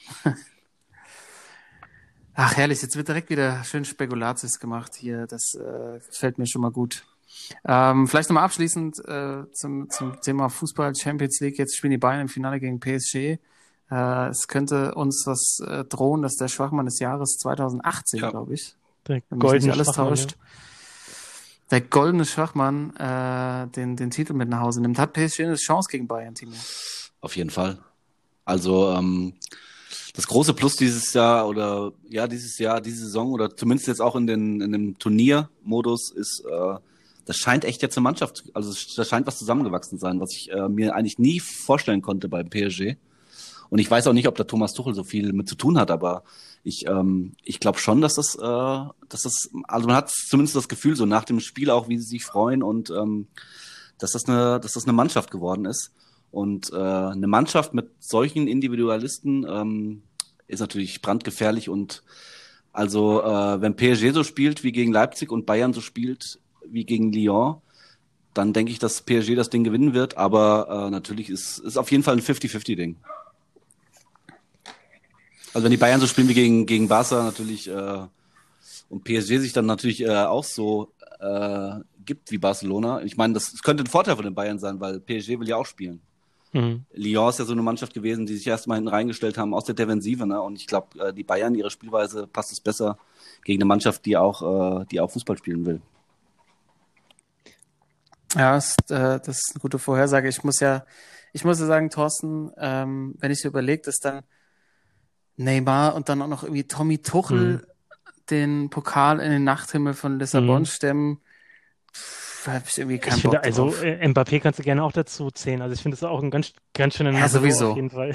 Ach, herrlich, jetzt wird direkt wieder schön Spekulatius gemacht hier. Das äh, gefällt mir schon mal gut. Ähm, vielleicht nochmal abschließend äh, zum, zum Thema Fußball, Champions League. Jetzt spielen die Bayern im Finale gegen P S G. Äh, es könnte uns was äh, drohen, dass der Schwachmann des Jahres zwanzig achtzehn, Ja. glaube ich, Der wenn mich goldene nicht alles Schwachmann, täuscht, der goldene Schwachmann äh, den, den Titel mit nach Hause nimmt. Hat P S G eine Chance gegen Bayern, Timo? Auf jeden Fall. Also ähm, das große Plus dieses Jahr oder ja dieses Jahr, diese Saison oder zumindest jetzt auch in den in dem Turniermodus ist, äh, das scheint echt jetzt eine Mannschaft, also da scheint was zusammengewachsen zu sein, was ich äh, mir eigentlich nie vorstellen konnte beim P S G. Und ich weiß auch nicht, ob da Thomas Tuchel so viel mit zu tun hat, aber ich ähm, ich glaube schon, dass das äh, dass das also man hat zumindest das Gefühl so nach dem Spiel auch, wie sie sich freuen und ähm, dass das eine dass das eine Mannschaft geworden ist. Und äh, eine Mannschaft mit solchen Individualisten ähm, ist natürlich brandgefährlich. Und also äh, wenn P S G so spielt wie gegen Leipzig und Bayern so spielt wie gegen Lyon, dann denke ich, dass P S G das Ding gewinnen wird. Aber äh, natürlich ist ist auf jeden Fall ein fünfzig fünfzig Ding. Also wenn die Bayern so spielen wie gegen gegen Barca natürlich äh, und P S G sich dann natürlich äh, auch so äh, gibt wie Barcelona. Ich meine, das, das könnte ein Vorteil von den Bayern sein, weil P S G will ja auch spielen. Mhm. Lyon ist ja so eine Mannschaft gewesen, die sich erstmal hinten reingestellt haben aus der Defensive, ne? Und ich glaube, äh, die Bayern, ihre Spielweise passt es besser gegen eine Mannschaft, die auch, äh, die auch Fußball spielen will. Ja, ist, äh, das ist eine gute Vorhersage. Ich muss ja, ich muss ja sagen, Thorsten, ähm, wenn ich überlege, dass dann Neymar und dann auch noch irgendwie Tommy Tuchel Mhm. den Pokal in den Nachthimmel von Lissabon Mhm. stemmen, habe ich irgendwie keinen Ich finde, Bock also drauf. äh, Mbappé kannst du gerne auch dazu zählen. Also ich finde, das ist auch ein ganz, ganz schöner Ja, Nabelo sowieso. auf jeden Fall.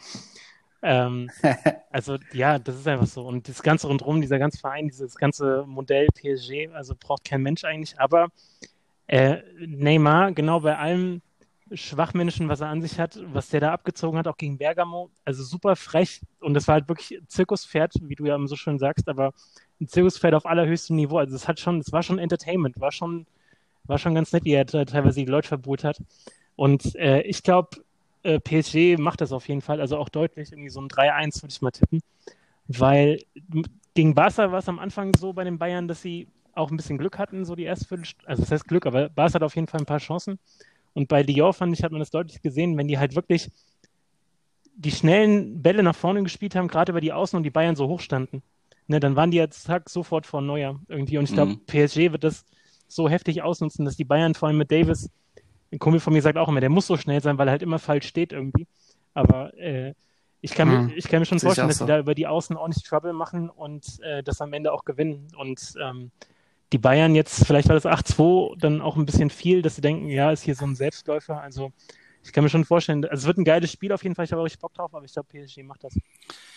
ähm, also ja, das ist einfach so. Und das Ganze rundherum, dieser ganze Verein, dieses ganze Modell P S G, also braucht kein Mensch eigentlich. Aber äh, Neymar, genau bei allem Schwachmännischen, was er an sich hat, was der da abgezogen hat, auch gegen Bergamo, also super frech. Und das war halt wirklich Zirkuspferd, wie du ja immer so schön sagst, aber ein Zirkuspferd auf allerhöchstem Niveau. Also es hat schon, es war schon Entertainment, war schon war schon ganz nett, wie er da teilweise die Leute verbucht hat. Und äh, ich glaube, äh, P S G macht das auf jeden Fall, also auch deutlich, irgendwie so ein drei eins würde ich mal tippen. Weil m- gegen Barca war es am Anfang so bei den Bayern, dass sie auch ein bisschen Glück hatten, so die erste Viertelstunde. Also das heißt Glück, aber Barca hat auf jeden Fall ein paar Chancen. Und bei Lyon, fand ich, hat man das deutlich gesehen, wenn die halt wirklich die schnellen Bälle nach vorne gespielt haben, gerade über die Außen und die Bayern so hoch standen, ne, dann waren die jetzt zack, sofort vor Neuer irgendwie. Und ich glaube, Mhm. P S G wird das so heftig ausnutzen, dass die Bayern vor allem mit Davis, ein Kumpel von mir sagt auch immer, der muss so schnell sein, weil er halt immer falsch steht irgendwie. Aber äh, ich, kann mir, Hm, ich kann mir schon sehe ich vorstellen, auch dass sie so. da über die Außen ordentlich Trouble machen und äh, das am Ende auch gewinnen. Und ähm, die Bayern jetzt, vielleicht war das acht zwei dann auch ein bisschen viel, dass sie denken, ja, ist hier so ein Selbstläufer. Also ich kann mir schon vorstellen, also es wird ein geiles Spiel auf jeden Fall, ich habe auch richtig Bock drauf, aber ich glaube, P S G macht das.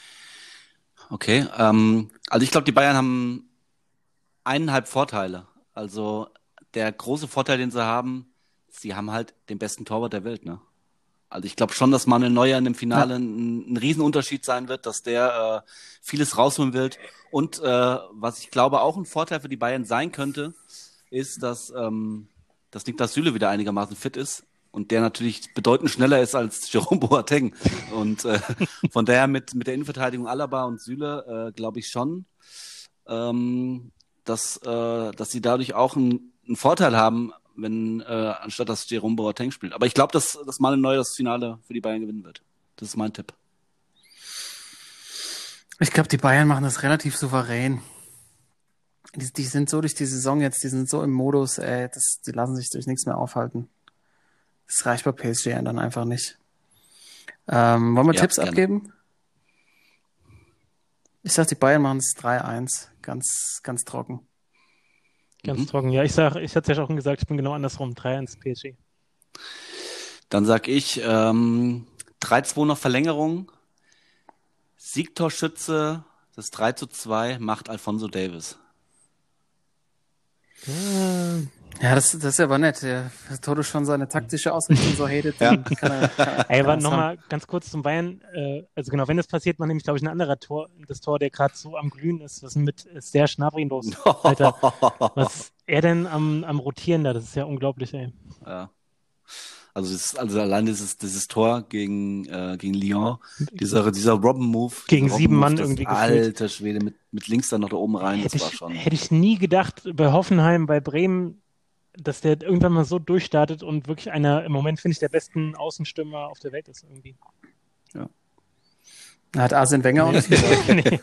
Okay, ähm, also ich glaube, die Bayern haben eineinhalb Vorteile. Also der große Vorteil, den sie haben, sie haben halt den besten Torwart der Welt, ne? Also ich glaube schon, dass Manuel Neuer in dem Finale Ja. ein, ein Riesenunterschied sein wird, dass der äh, vieles rausholen wird. Und äh, was ich glaube auch ein Vorteil für die Bayern sein könnte, ist, dass, ähm, dass Niklas Süle wieder einigermaßen fit ist und der natürlich bedeutend schneller ist als Jerome Boateng. Und äh, von daher mit, mit der Innenverteidigung Alaba und Süle äh, glaube ich schon, ähm, dass, äh, dass sie dadurch auch einen, einen Vorteil haben, wenn äh, anstatt dass Jerome Boateng spielt. Aber ich glaube, dass, dass Manuel Neuer das Finale für die Bayern gewinnen wird. Das ist mein Tipp. Ich glaube, die Bayern machen das relativ souverän. Die, die sind so durch die Saison jetzt, die sind so im Modus, ey, das, die lassen sich durch nichts mehr aufhalten. Das reicht bei P S G dann einfach nicht. Ähm, wollen wir Ja, Tipps gerne. abgeben? Ich sag, die Bayern machen es drei eins. Ganz, ganz trocken. Ganz Mhm. trocken. Ja, ich sag, ich hatte es ja schon gesagt, ich bin genau andersrum. drei eins P S G. Dann sag ich ähm, drei zwei noch Verlängerung. Siegtorschütze, das drei zu zwei macht Alphonso Davies. Ja, Ja, das, das ist aber nett. Der Toto schon seine taktische Ausrichtung so hatet, Ja. dann kann er, kann, er- ey, kann aber er es haben. nochmal ganz kurz zum Bayern. Äh, also genau, wenn das passiert, man nämlich, glaube ich, ein anderer Tor, das Tor, der gerade so am Glühen ist. Was ist denn mit Serge Gnabry los? Alter, was ist er denn am, am Rotieren da? Das ist ja unglaublich, ey. Ja. Also, das, also allein dieses, dieses Tor gegen, äh, gegen Lyon, dieser, dieser Robben-Move. Gegen dieser sieben Robben-Move, Mann das irgendwie gefühlt. alter Schwede, mit, mit links dann noch da oben rein, Hätte das war ich, schon. hätte ich nie gedacht, bei Hoffenheim, bei Bremen, dass der irgendwann mal so durchstartet und wirklich einer, im Moment finde ich, der besten Außenstürmer auf der Welt ist irgendwie. Hat Arsene Wenger auch nicht gesagt. Nee.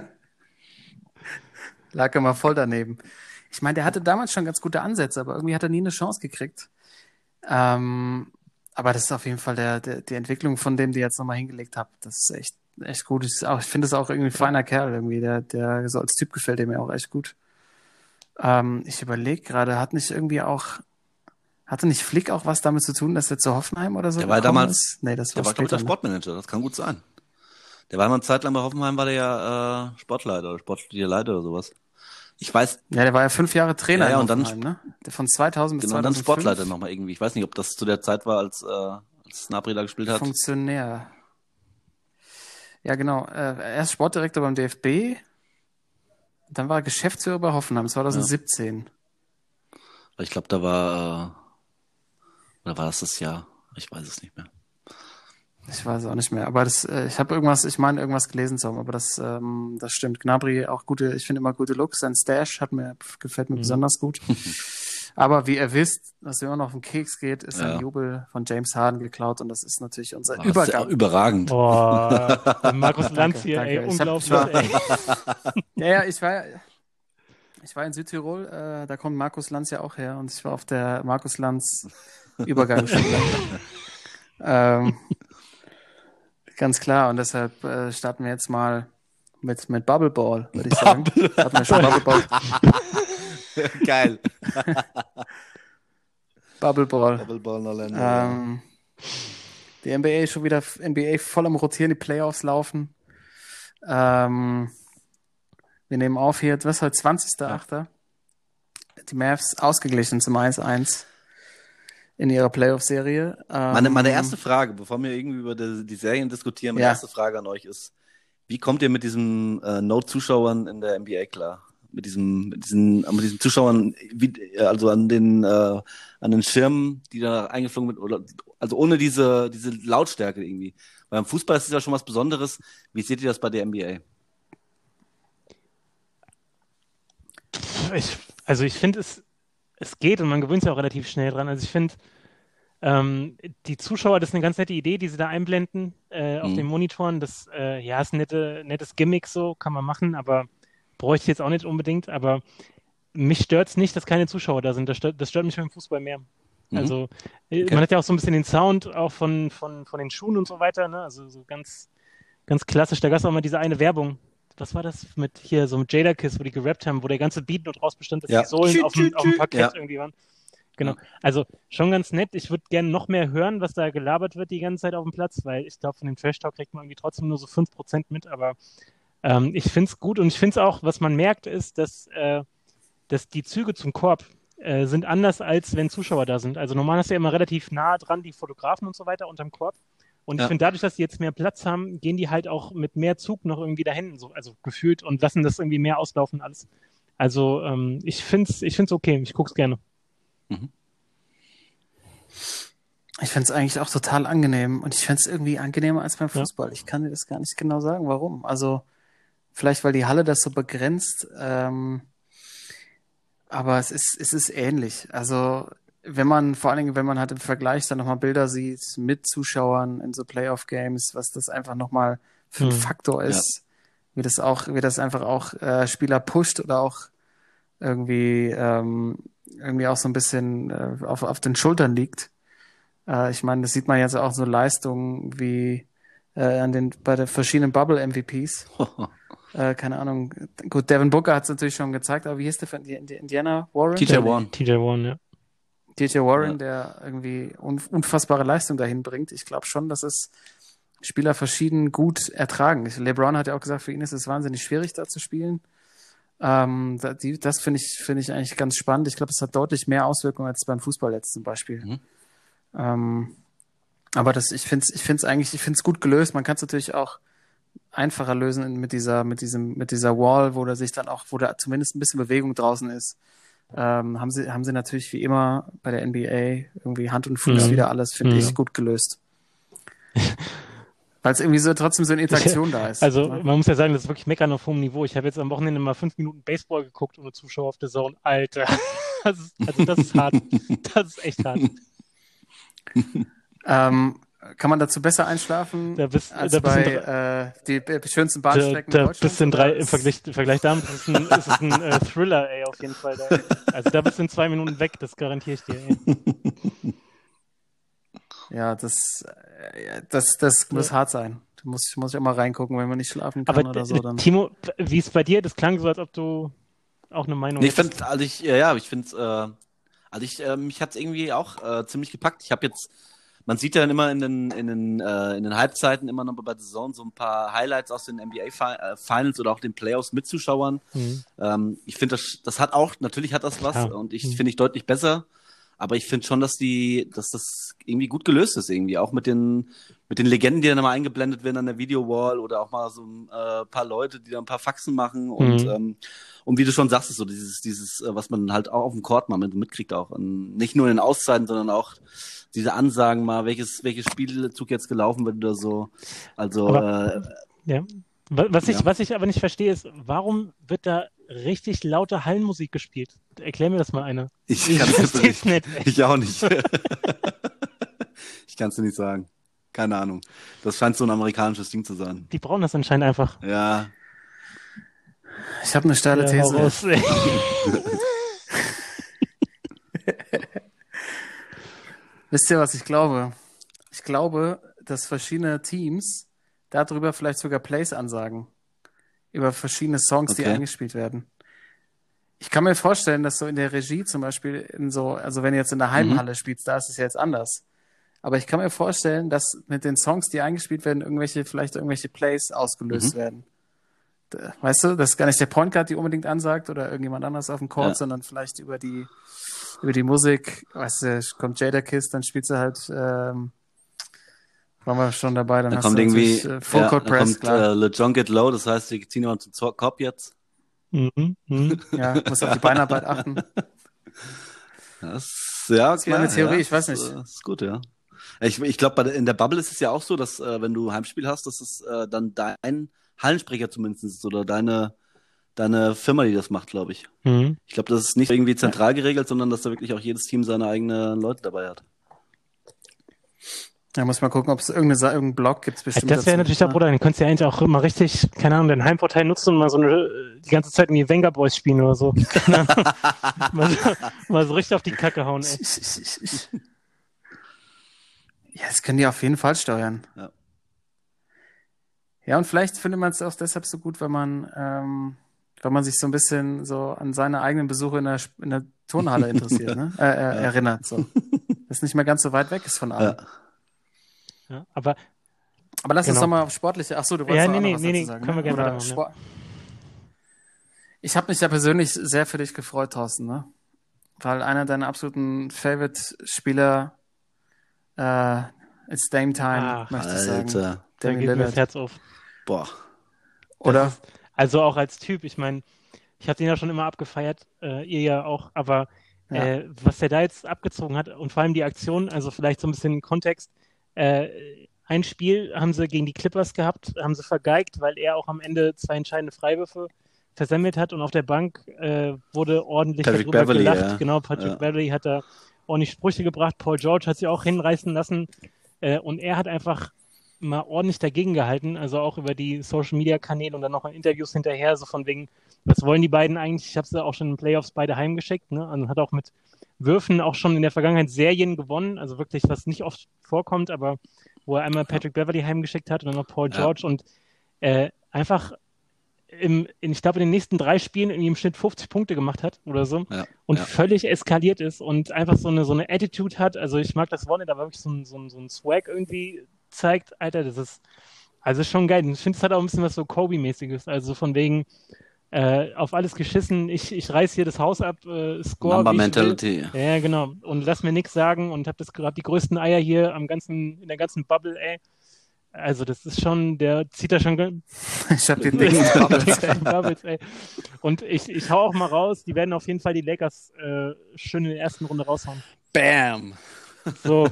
Lag immer voll daneben. Ich meine, der hatte damals schon ganz gute Ansätze, aber irgendwie hat er nie eine Chance gekriegt. Ähm, aber das ist auf jeden Fall der, der, die Entwicklung von dem, die ihr jetzt nochmal hingelegt habt. Das ist echt, echt gut. Ich, auch, ich finde es auch irgendwie ein feiner Kerl irgendwie. Der, der so als Typ gefällt mir auch echt gut. Ähm, ich überlege gerade, hat nicht irgendwie auch, hatte nicht Flick auch was damit zu tun, dass er zu Hoffenheim oder so Der war gekommen damals- ist? Nee, das Der war war, glaube ich, der später. Ne? Sportmanager, das kann gut sein. Der war mal eine Zeit lang bei Hoffenheim, war der ja äh, Sportleiter oder sportlicher Leiter oder sowas. Ich weiß, Ja, der war ja fünf Jahre Trainer Ja, ja, in und dann Hoffenheim, ne? Der von zweitausend bis genau, und dann zweitausendfünf. Sportleiter nochmal irgendwie. Ich weiß nicht, ob das zu der Zeit war, als, äh, als Gnabry da gespielt hat. Funktionär. Ja, genau. Äh, erst Sportdirektor beim D F B, dann war er Geschäftsführer bei Hoffenheim zwanzig siebzehn. Ich glaube, da war, äh, oder war das das Jahr? Ich weiß es nicht mehr. Ich weiß auch nicht mehr, aber das, äh, ich habe irgendwas, ich meine irgendwas gelesen zu haben, aber das, ähm, das stimmt. Gnabry auch gute, ich finde immer gute Looks. Sein Stash hat mir, gefällt mir Mhm. besonders gut. Aber wie ihr wisst, was mir immer noch auf den Keks geht, ist Ja. ein Jubel von James Harden geklaut und das ist natürlich unser Ah, das ist ja Übergang. überragend. Boah, der Markus Lanz Danke, hier, danke. ey, Ich hab- unglaublich, ich war- ey. Ja, ja, ich war, ich war in Südtirol, äh, da kommt Markus Lanz ja auch her und ich war auf der Markus Lanz Übergangsschule. ähm, ganz klar und deshalb äh, starten wir jetzt mal mit, mit Bubble Ball, würde ich sagen. Hatten wir schon Bubble Ball. Geil. Bubble Ball. Bubble Ball Orlando. Ähm, die N B A ist schon wieder N B A voll am Rotieren, die Playoffs laufen. Ähm, wir nehmen auf hier, was ist heute, zwanzigster achter Die Mavs ausgeglichen zum eins eins in ihrer Playoff-Serie. Ähm, Meine, meine erste Frage, bevor wir irgendwie über die, die Serien diskutieren, meine Ja. erste Frage an euch ist, wie kommt ihr mit diesen äh, No-Zuschauern in der N B A klar? Mit diesem, mit diesen, mit diesen Zuschauern, wie, also an den, äh, an den Schirmen, die da eingeflogen sind, oder, also ohne diese, diese Lautstärke irgendwie. Beim Fußball ist es ja schon was Besonderes. Wie seht ihr das bei der N B A? Ich, also ich finde, es, es geht und man gewöhnt sich auch relativ schnell dran. Also ich finde, ähm, die Zuschauer, das ist eine ganz nette Idee, die sie da einblenden äh, auf Mhm. den Monitoren. Das äh, ja, ist ein nette, nettes Gimmick, so kann man machen, aber bräuchte ich jetzt auch nicht unbedingt. Aber mich stört es nicht, dass keine Zuschauer da sind. Das stört, das stört mich beim Fußball mehr. Mhm. Also äh, Okay. man hat ja auch so ein bisschen den Sound auch von, von, von den Schuhen und so weiter, ne? Also so ganz, ganz klassisch. Da gab es auch mal diese eine Werbung. Was war das mit hier, so mit Jadakiss, wo die gerappt haben, wo der ganze Beat nur draus bestand, dass Ja. die Sohlen Tschü, auf dem, tschü, auf dem tschü. Parkett Ja. irgendwie waren. Genau. Ja. Also schon ganz nett. Ich würde gerne noch mehr hören, was da gelabert wird die ganze Zeit auf dem Platz, weil ich glaube, von dem Trash Talk kriegt man irgendwie trotzdem nur so fünf Prozent mit. Aber ähm, ich finde es gut und ich finde es auch, was man merkt, ist, dass, äh, dass die Züge zum Korb äh, sind anders, als wenn Zuschauer da sind. Also normal hast du ja immer relativ nah dran die Fotografen und so weiter unterm Korb. Und ich Ja. finde, dadurch, dass die jetzt mehr Platz haben, gehen die halt auch mit mehr Zug noch irgendwie dahin, so, also gefühlt und lassen das irgendwie mehr auslaufen alles. Also ähm, ich finde es ich find's okay, ich gucke es gerne. Ich finde es eigentlich auch total angenehm und ich finde es irgendwie angenehmer als beim Ja. Fußball. Ich kann dir das gar nicht genau sagen, warum. Also vielleicht, weil die Halle das so begrenzt, ähm, aber es ist, es ist ähnlich. Also wenn man, vor allen Dingen, wenn man halt im Vergleich dann nochmal Bilder sieht mit Zuschauern in so Playoff-Games, was das einfach nochmal für ein Hm. Faktor ist, wie das auch, wie das einfach auch äh, Spieler pusht oder auch irgendwie, ähm, irgendwie auch so ein bisschen äh, auf, auf den Schultern liegt. Äh, ich meine, das sieht man jetzt auch so Leistungen wie äh, an den bei den verschiedenen Bubble-M V Ps. Äh, keine Ahnung. Gut, Devin Booker hat es natürlich schon gezeigt, aber wie hieß der von Indi- Indi- Indiana Warren? T J Warren. T J Warren, ja. T J Warren, Ja. der irgendwie un unfassbare Leistung dahin bringt. Ich glaube schon, dass es Spieler verschieden gut ertragen. Ich- LeBron hat ja auch gesagt, für ihn ist es wahnsinnig schwierig, da zu spielen. Ähm, da, die, das finde ich, finde ich eigentlich ganz spannend. Ich glaube, es hat deutlich mehr Auswirkungen als beim Fußball jetzt zum Beispiel. Mhm. Ähm, aber das, ich finde es ich find's eigentlich, ich finde es gut gelöst. Man kann es natürlich auch einfacher lösen in- mit dieser, mit diesem, mit dieser Wall, wo da sich dann auch, wo da zumindest ein bisschen Bewegung draußen ist. Ähm, haben sie, haben sie natürlich wie immer bei der N B A irgendwie Hand und Fuß Mhm. wieder alles, finde Mhm. ich, gut gelöst. Weil es irgendwie so trotzdem so eine Interaktion da ist. Also ne? man muss ja sagen, das ist wirklich Meckern auf hohem Niveau. Ich habe jetzt am Wochenende mal fünf Minuten Baseball geguckt ohne Zuschauer auf der Zone. Alter, das ist, also das ist hart. Das ist echt hart. Ähm, kann man dazu besser einschlafen Da bist, als da bist bei in drei- äh, die b- schönsten Da, Bahnstrecken da Deutschlands? bist du in oder drei, ist- im Vergleich, im Vergleich damit ist es ein, ist es ein äh, Thriller, ey, auf jeden Fall. Da, also da bist du in zwei Minuten weg, das garantiere ich dir, ey. Ja, das, äh, das, das muss hart sein. Da muss, muss ich auch mal reingucken, wenn man nicht schlafen kann Aber oder so. äh, Dann. Timo, wie ist es bei dir? Das klang so, als ob du auch eine Meinung Nee, ich hättest. finde, also ich, ja, ja, ich finde es, äh, also ich, äh, mich hat's irgendwie auch äh, ziemlich gepackt. Ich habe jetzt, man sieht ja dann immer in den, in den, äh, in den Halbzeiten immer noch bei der Saison so ein paar Highlights aus den N B A Fi- äh, Finals oder auch den Playoffs mit Zuschauern. Mhm. Ähm, ich finde, das, das hat auch, natürlich hat das was Klar. und ich Mhm. finde ich deutlich besser. Aber ich finde schon, dass die, dass das irgendwie gut gelöst ist irgendwie. Auch mit den, mit den Legenden, die dann mal eingeblendet werden an der Video-Wall oder auch mal so ein äh, paar Leute, die da ein paar Faxen machen und, Mhm. ähm, und wie du schon sagst, ist so dieses, dieses, äh, was man halt auch auf dem Court mal mit, mitkriegt auch. Und nicht nur in den Auszeiten, sondern auch diese Ansagen mal, welches, welches Spielzug jetzt gelaufen wird oder so. Also, Aber- äh, Ja. Wa- Was ich, Ja. was ich aber nicht verstehe, ist, warum wird da richtig laute Hallenmusik gespielt? Erklär mir das mal einer. ich Ich kann es versteh's nicht. nicht. Ich auch nicht. Ich kann es dir nicht sagen. Keine Ahnung. Das scheint so ein amerikanisches Ding zu sein. Die brauchen das anscheinend einfach. Ja. Ich habe eine steile Ja, hau These. raus. Wisst ihr, was ich glaube? Ich glaube, dass verschiedene Teams darüber vielleicht sogar Plays ansagen. Über verschiedene Songs, die Okay. eingespielt werden. Ich kann mir vorstellen, dass so in der Regie zum Beispiel in so, also wenn du jetzt in der Heimhalle spielst, da ist es ja jetzt anders. Aber ich kann mir vorstellen, dass mit den Songs, die eingespielt werden, irgendwelche, vielleicht irgendwelche Plays ausgelöst Mhm. werden. Da- Weißt du, dass gar nicht der Point Guard die unbedingt ansagt oder irgendjemand anders auf dem Court, Ja. sondern vielleicht über die, über die Musik, weißt du, kommt Jadakiss, dann spielt sie halt, ähm, waren wir schon dabei, dann Dann hast kommt du irgendwie, natürlich, äh, Full ja, Court dann Press, kommt klar. äh, Le John Get Low, das heißt, die ziehen wir zum Zo- Korb jetzt. Mhm, mhm. Ja, muss auf die Beinarbeit achten. Das, ja, ist meine klar, Theorie, ja, ich weiß das, nicht. äh, Das ist gut, ja. Ich, ich glaube, in der Bubble ist es ja auch so, dass äh, wenn du Heimspiel hast, dass es äh, dann dein Hallensprecher zumindest ist oder deine, deine Firma, die das macht, glaube ich. Mhm. Ich glaube, das ist nicht irgendwie zentral geregelt, sondern dass da wirklich auch jedes Team seine eigenen Leute dabei hat. Da muss man gucken, ob es irgendeine, Sa- irgendeinen Blog gibt. Also das wäre natürlich der Bruder, den könntest du ja eigentlich auch immer richtig, keine Ahnung, deinen Heimvorteil nutzen und mal so eine, die ganze Zeit irgendwie Venga Boys spielen oder so. Keine Ahnung. mal, so mal so richtig auf die Kacke hauen, ey. Ja, das können die auf jeden Fall steuern. Ja. Ja, und vielleicht findet man es auch deshalb so gut, wenn man, ähm, wenn man sich so ein bisschen so an seine eigenen Besuche in der, Sp- in der Turnhalle interessiert, ne? Äh, äh, erinnert, so. Das nicht mehr ganz so weit weg ist von allem. Ja. Ja, aber Aber lass uns Genau. doch mal auf sportliche, ach so, du wolltest Ja, noch nee, auch noch nee, was nee, dazu nee, sagen, können wir ne? gerne Oder weitermachen, ja. Sport. Ich habe mich ja persönlich sehr für dich gefreut, Thorsten, ne? Weil einer deiner absoluten Favorite-Spieler äh, it's Dame Time, Ach, möchte ich sagen. Alter. da Damian geht mir das Lillard. Herz auf. Boah. Oder? Das ist, also auch als Typ, ich meine, ich habe den ja schon immer abgefeiert, äh, ihr ja auch, aber Ja. äh, was der da jetzt abgezogen hat und vor allem die Aktion, also vielleicht so ein bisschen Kontext, äh, ein Spiel haben sie gegen die Clippers gehabt, haben sie vergeigt, weil er auch am Ende zwei entscheidende Freiwürfe versemmelt hat und auf der Bank äh, wurde ordentlich Patrick darüber Beverley, gelacht. ja. Genau, Patrick Ja. Beverley hat da ordentlich Sprüche gebracht, Paul George hat sich auch hinreißen lassen äh, und er hat einfach mal ordentlich dagegen gehalten, also auch über die Social-Media-Kanäle und dann noch in Interviews hinterher, so von wegen, was wollen die beiden eigentlich? Ich habe sie auch schon in den Playoffs beide heimgeschickt, ne? Und hat auch mit Würfen auch schon in der Vergangenheit Serien gewonnen, also wirklich, was nicht oft vorkommt, aber wo er einmal Patrick Beverley heimgeschickt hat und dann noch Paul Ja. George und äh, einfach im, in, ich glaube, in den nächsten drei Spielen irgendwie im Schnitt fünfzig Punkte gemacht hat oder so Ja. und ja. völlig eskaliert ist und einfach so eine, so eine Attitude hat. Also ich mag das Wort nicht, aber wirklich so ein, so ein, so ein Swag irgendwie zeigt. Alter, das ist also schon geil. Ich finde, es hat auch ein bisschen was so Kobe-mäßiges. Also von wegen äh, auf alles geschissen, ich, ich reiß hier das Haus ab, äh, score, Number wie ich will. Mentality. Ja, genau. Und lass mir nichts sagen und hab das gerade die größten Eier hier am ganzen, in der ganzen Bubble, ey. Also das ist schon, der zieht da schon ge- Ich habe den dicksten Bubbles, ey. Bubbles, ey. Und ich, ich hau auch mal raus, die werden auf jeden Fall die Lakers äh, schön in der ersten Runde raushauen. Bam! So,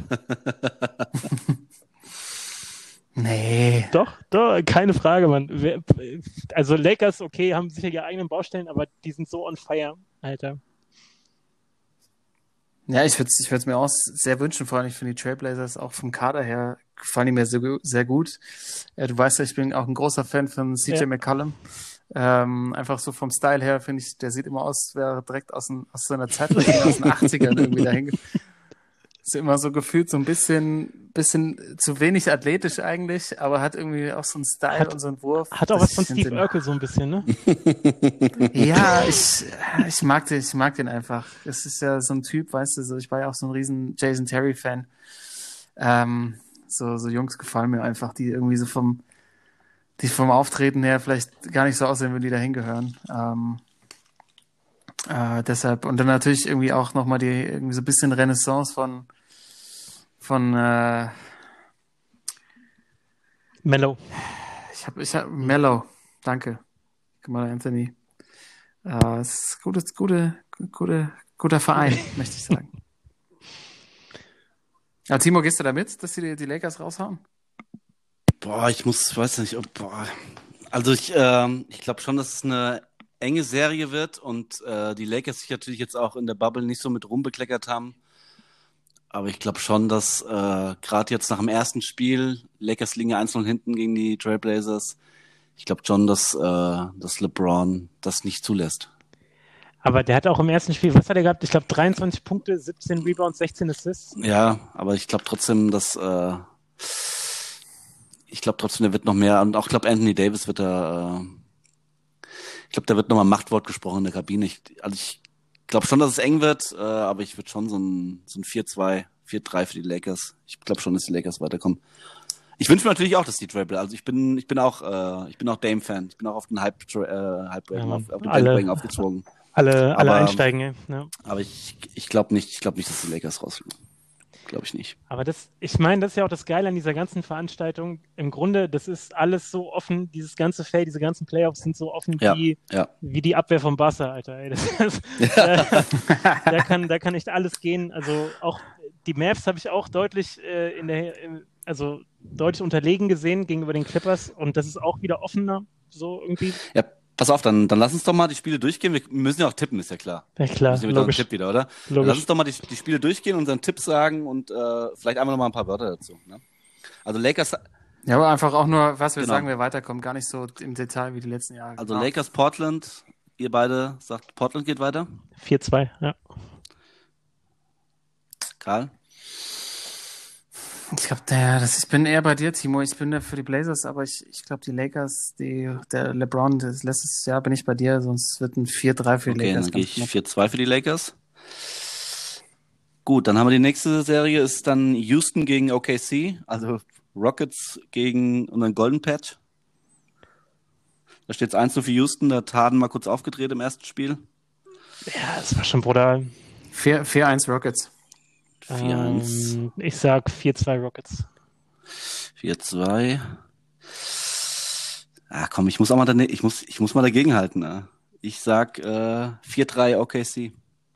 Nee. doch, doch, keine Frage, Mann. Wer- Also Lakers, okay, haben sicher ihre eigenen Baustellen, aber die sind so on fire, Alter. Ja, ich würde es ich würd's mir auch sehr wünschen, vor allem ich finde die Trailblazers auch vom Kader her gefallen die mir sehr, gu- sehr gut. Äh, du weißt ja, ich bin auch ein großer Fan von C J Ja. McCollum. Ähm, einfach so vom Style her finde ich, der sieht immer aus, wäre direkt aus, ein, aus so einer Zeitmaschine aus den achtzigern irgendwie dahin. Ist immer so gefühlt so ein bisschen, bisschen zu wenig athletisch eigentlich, aber hat irgendwie auch so einen Style Hat- und so einen Wurf. Hat auch dass was von ich Steve den- Urkel so ein bisschen, ne? Ja, ich, ich mag den, ich mag den einfach. Es ist ja so ein Typ, weißt du, so, ich war ja auch so ein riesen Jason Terry-Fan. Ähm, so, so Jungs gefallen mir einfach, die irgendwie so vom, die vom Auftreten her vielleicht gar nicht so aussehen, wenn die da hingehören. Ähm, äh, deshalb, und dann natürlich irgendwie auch nochmal die, irgendwie so ein bisschen Renaissance von, von, äh, Mellow. ich hab, ich hab, Mellow, danke, Kamala Anthony. Äh, es ist gutes, gute, gute, guter Verein, möchte ich sagen. Ja, Timo, gehst du da mit, dass sie die, die Lakers raushauen? Boah, ich muss, weiß nicht, ob, boah. Also ich, ähm, ich glaube schon, dass es eine enge Serie wird und äh, die Lakers sich natürlich jetzt auch in der Bubble nicht so mit rumbekleckert haben. Aber ich glaube schon, dass äh, gerade jetzt nach dem ersten Spiel, Lakers liegen ja eins null hinten gegen die Trailblazers, ich glaube schon, dass, äh, dass LeBron das nicht zulässt. Aber der hat auch im ersten Spiel, was hat er gehabt? Ich glaube dreiundzwanzig Punkte, siebzehn Rebounds, sechzehn Assists. Ja, aber ich glaube trotzdem, dass äh, ich glaube trotzdem, der wird noch mehr, und auch ich glaube Anthony Davis wird da, äh, ich glaube, da wird nochmal Machtwort gesprochen in der Kabine. Ich, also ich glaube schon, dass es eng wird, äh, aber ich würde schon so ein, so ein vier zwei, vier drei für die Lakers. Ich glaube schon, dass die Lakers weiterkommen. Ich wünsche mir natürlich auch, dass die Trailblazer, also ich bin, ich bin auch, äh, ich bin auch Dame-Fan. Ich bin auch auf den Hype, äh, Hype Ja, auf, auf den alle- Bandwagon aufgezogen. Alle, alle Aber- einsteigen, ey. Ja. Aber ich, ich glaube nicht, ich glaube nicht, dass die Lakers rausfliegen. Glaube ich nicht. Aber das, ich meine, das ist ja auch das Geile an dieser ganzen Veranstaltung. Im Grunde, das ist alles so offen, dieses ganze Feld, diese ganzen Playoffs sind so offen Ja, wie, ja. wie die Abwehr vom Barca, Alter. Ey. Das ist, da, da, kann, da kann echt alles gehen. Also auch die Mavs habe ich auch deutlich äh, in der, in, also deutlich unterlegen gesehen gegenüber den Clippers und das ist auch wieder offener, so irgendwie. Ja, pass auf, dann, dann lass uns doch mal die Spiele durchgehen. Wir müssen ja auch tippen, ist ja klar. Ja klar, Wir müssen ja wieder einen logisch. Tipp wieder, oder? Dann lass logisch. uns doch mal die, die Spiele durchgehen, unseren Tipp sagen und äh, vielleicht einfach noch mal ein paar Wörter dazu. Ne? Also Lakers, Ja, aber einfach auch nur, was wir Genau. sagen, wir weiterkommen. Gar nicht so im Detail wie die letzten Jahre. also Genau. Lakers Portland, ihr beide sagt, Portland geht weiter. vier zwei, ja. Karl? Ich glaube, der, das, ich bin eher bei dir, Timo. Ich bin da für die Blazers, aber ich, ich glaube, die Lakers, die, der LeBron, das letztes Jahr bin ich bei dir, sonst wird ein vier drei für die Okay, Lakers. dann gehe ganz ich knapp. vier zwei für die Lakers. Gut, dann haben wir die nächste Serie, ist dann Houston gegen O K C, also Rockets gegen unseren Golden Patch. Da steht es eins zu für Houston, da hat Harden mal kurz aufgedreht im ersten Spiel. Ja, das war schon brutal. vier eins Rockets. vier eins, Ähm, ich sag vier zwei Rockets. vier zwei. Ah, komm, ich muss auch mal, dane- ich muss, ich muss mal dagegen halten. Ne? Ich sag äh, vier drei O K C.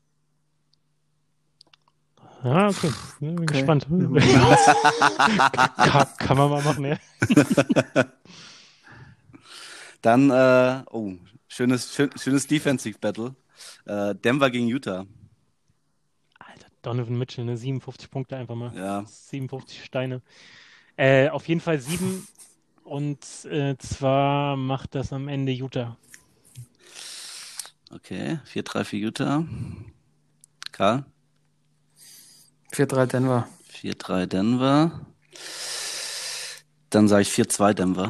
Ja, okay. Bin Okay. gespannt. kann, kann man mal machen, ja. Dann, äh, oh, schönes, schön, schönes Defensive Battle. Äh, Denver gegen Utah. Alter, Donovan Mitchell, ne? siebenundfünfzig Punkte einfach mal. Ja. siebenundfünfzig Steine. Äh, auf jeden Fall sieben. Und äh, zwar macht das am Ende Utah. Okay, vier drei für Utah. Karl? vier drei Denver. vier drei Denver. Dann sage ich vier zwei Denver.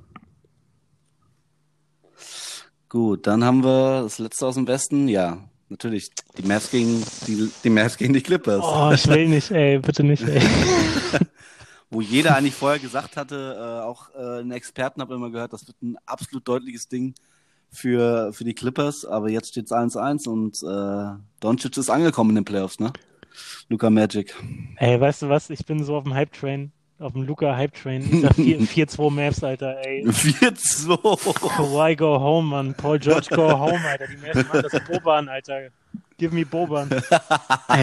Gut, dann haben wir das letzte aus dem Westen. Ja, natürlich. Die Mavs gegen die, die Mavs gegen die Clippers. Oh, ich will nicht, ey, bitte nicht, ey. Wo jeder eigentlich vorher gesagt hatte, äh, auch äh, ein Experten habe immer gehört, das wird ein absolut deutliches Ding für, für die Clippers. Aber jetzt steht es eins eins und äh, Doncic ist angekommen in den Playoffs, ne? Luka Magic. Ey, weißt du was? Ich bin so auf dem Hype-Train, auf dem Luca-Hype-Train. Ich sag vier zwei Mavs, Alter, ey. vier zwei. Kawhi go home, Mann. Paul George go home, Alter. Die Mavs machen das Boban, Alter. Give me Boban. Ey.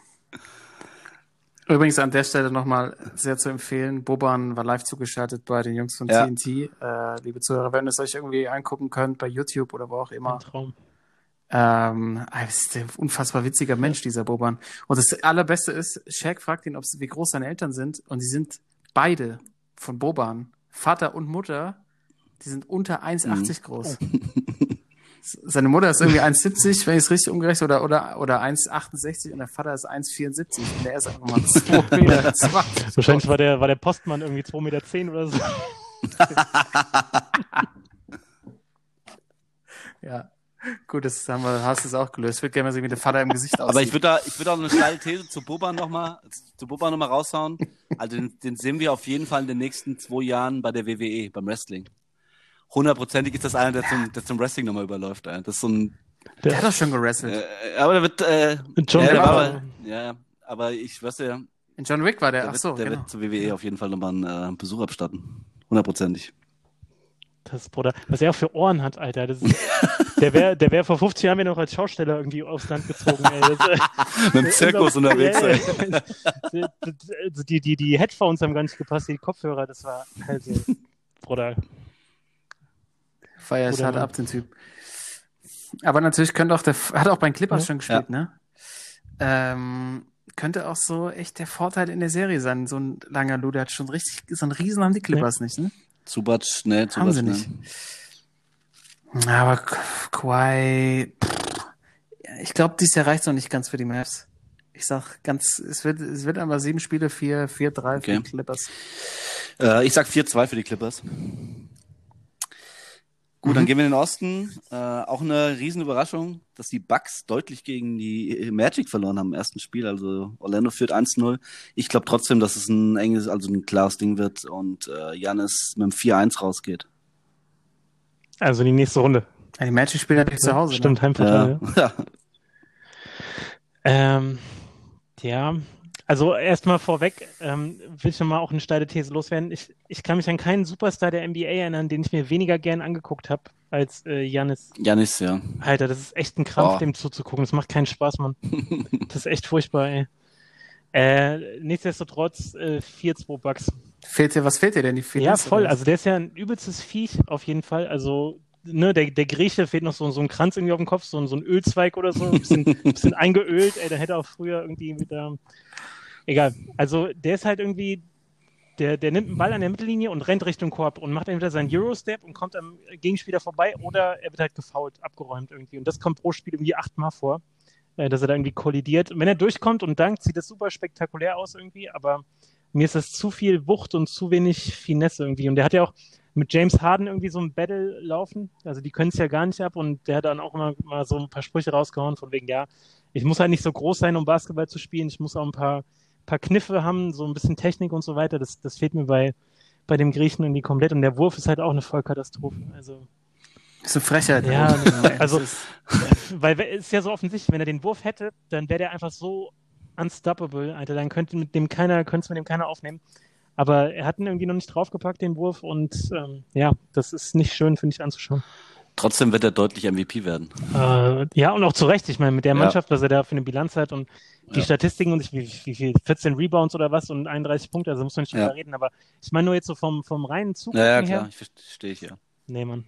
Übrigens an der Stelle nochmal sehr zu empfehlen. Boban war live zugeschaltet bei den Jungs von Ja. T N T. Äh, liebe Zuhörer, wenn ihr es euch irgendwie angucken könnt, bei YouTube oder wo auch Ein immer. Traum. Ähm, es ist ein unfassbar witziger Mensch, dieser Boban. Und das Allerbeste ist, Shaq fragt ihn, ob sie, wie groß seine Eltern sind. Und die sind beide von Boban, Vater und Mutter, die sind unter eins achtzig groß. Seine Mutter ist irgendwie eins siebzig, wenn ich es richtig umgerechnet, oder, oder, oder eins achtundsechzig und der Vater ist eins vierundsiebzig und der ist einfach mal zwei Meter zwanzig. Wahrscheinlich war der, war der Postmann irgendwie zwei Meter zehn oder so. Ja. Gut, das haben wir, hast du es auch gelöst. Ich würde gerne mal sehen, wie der Vater im Gesicht aussieht. Aber ich würde da, ich würde auch eine steile These zu Boban nochmal, zu Boban nochmal raushauen. Also den, den sehen wir auf jeden Fall in den nächsten zwei Jahren bei der W W E, beim Wrestling. Hundertprozentig ist das einer, der zum, der zum Wrestling nochmal überläuft. Ey. Das ist so ein, Der hat doch schon gerasselt. äh, aber der wird, äh, John ja, der war, Wall. aber, ja, aber ich weiß ja, In John Wick war der, der, ach wird, so, der genau. wird zur W W E auf jeden Fall nochmal einen äh, Besuch abstatten. Hundertprozentig. Das Bruder, was er auch für Ohren hat, Alter. Das ist, der wäre der wär vor fünfzig Jahren noch als Schausteller irgendwie aufs Land gezogen, ey. Das, äh, Mit dem Zirkus unterwegs, ja, ey. ja. Die, die, die Headphones haben gar nicht gepasst, die Kopfhörer, das war also, Bruder. Feier es Bruder, hart Mann. ab, den Typ. Aber natürlich könnte auch der, hat auch bei den Clippers Ja. schon gespielt, ne? Ähm, könnte auch so echt der Vorteil in der Serie sein. So ein langer Lude hat schon richtig, so einen Riesen haben die Clippers nicht, ne? Zubac, ne, Haben Zubac, sie ne. nicht. Aber Ka- Kawhi, pff, ich glaube, dies Jahr reicht noch nicht ganz für die Mavs. Ich sag ganz, es wird, es wird aber sieben Spiele, vier, vier, drei für Okay. die Clippers. Äh, ich sag vier zwei für die Clippers. Gut, dann Mhm. gehen wir in den Osten. Äh, auch eine Riesenüberraschung, dass die Bucks deutlich gegen die Magic verloren haben im ersten Spiel. Also Orlando führt eins null. Ich glaube trotzdem, dass es ein enges, also ein klares Ding wird und äh, Giannis mit dem vier eins rausgeht. Also die nächste Runde. Ja, die Magic spielen natürlich zu Hause. Stimmt, Heimvorteil. Ja. Ja. Ähm, ja, also erstmal vorweg ähm, will ich nochmal auch eine steile These loswerden. Ich, ich kann mich an keinen Superstar der N B A erinnern, den ich mir weniger gern angeguckt habe als äh, Giannis. Giannis, ja. Alter, das ist echt ein Krampf, Oh. dem zuzugucken. Das macht keinen Spaß, Mann. Das ist echt furchtbar, ey. Äh, nichtsdestotrotz äh, vier zwei Bucks. Fehlt dir, was fehlt dir denn? Die Ja, Fitness voll. oder was? Also der ist ja ein übelstes Viech auf jeden Fall. Also ne, der, der Grieche fehlt noch so, so ein Kranz irgendwie auf dem Kopf, so, ein- so ein Ölzweig oder so, ein bisschen, ein bisschen eingeölt. Ey, der hätte auch früher irgendwie wieder... Egal. Also der ist halt irgendwie... Der, der nimmt einen Ball an der Mittellinie und rennt Richtung Korb und macht entweder seinen Eurostep und kommt am Gegenspieler vorbei oder er wird halt gefoult, abgeräumt irgendwie. Und das kommt pro Spiel irgendwie achtmal vor, äh, dass er da irgendwie kollidiert. Und wenn er durchkommt und dankt, sieht das super spektakulär aus irgendwie, aber mir ist das zu viel Wucht und zu wenig Finesse irgendwie. Und der hat ja auch mit James Harden irgendwie so ein Battle laufen. Also die können es ja gar nicht ab und der hat dann auch immer mal so ein paar Sprüche rausgehauen von wegen, ja, ich muss halt nicht so groß sein, um Basketball zu spielen. Ich muss auch ein paar, paar Kniffe haben, so ein bisschen Technik und so weiter. Das, das fehlt mir bei, bei dem Griechen irgendwie komplett. Und der Wurf ist halt auch eine Vollkatastrophe. Also, Das ist eine Frechheit. Ja, Ey, also- das ist, weil es ist ja so offensichtlich, wenn er den Wurf hätte, dann wäre der einfach so unstoppable, Alter. Dann könnte mit dem keiner, könnte es mit dem keiner aufnehmen. Aber er hat ihn irgendwie noch nicht draufgepackt, den Wurf. Und ähm, ja, das ist nicht schön, finde ich, anzuschauen. Trotzdem wird er deutlich M V P werden. Äh, ja, und auch zu Recht. Ich meine, mit der Ja. Mannschaft, was er da für eine Bilanz hat und die Ja. Statistiken und ich, wie, wie viel, vierzehn Rebounds oder was und einunddreißig Punkte, also muss man nicht Ja. drüber reden. Aber ich meine nur jetzt so vom, vom reinen Zugucken Ja, ja, her. klar, ich verstehe ich, ja. Nee, Mann.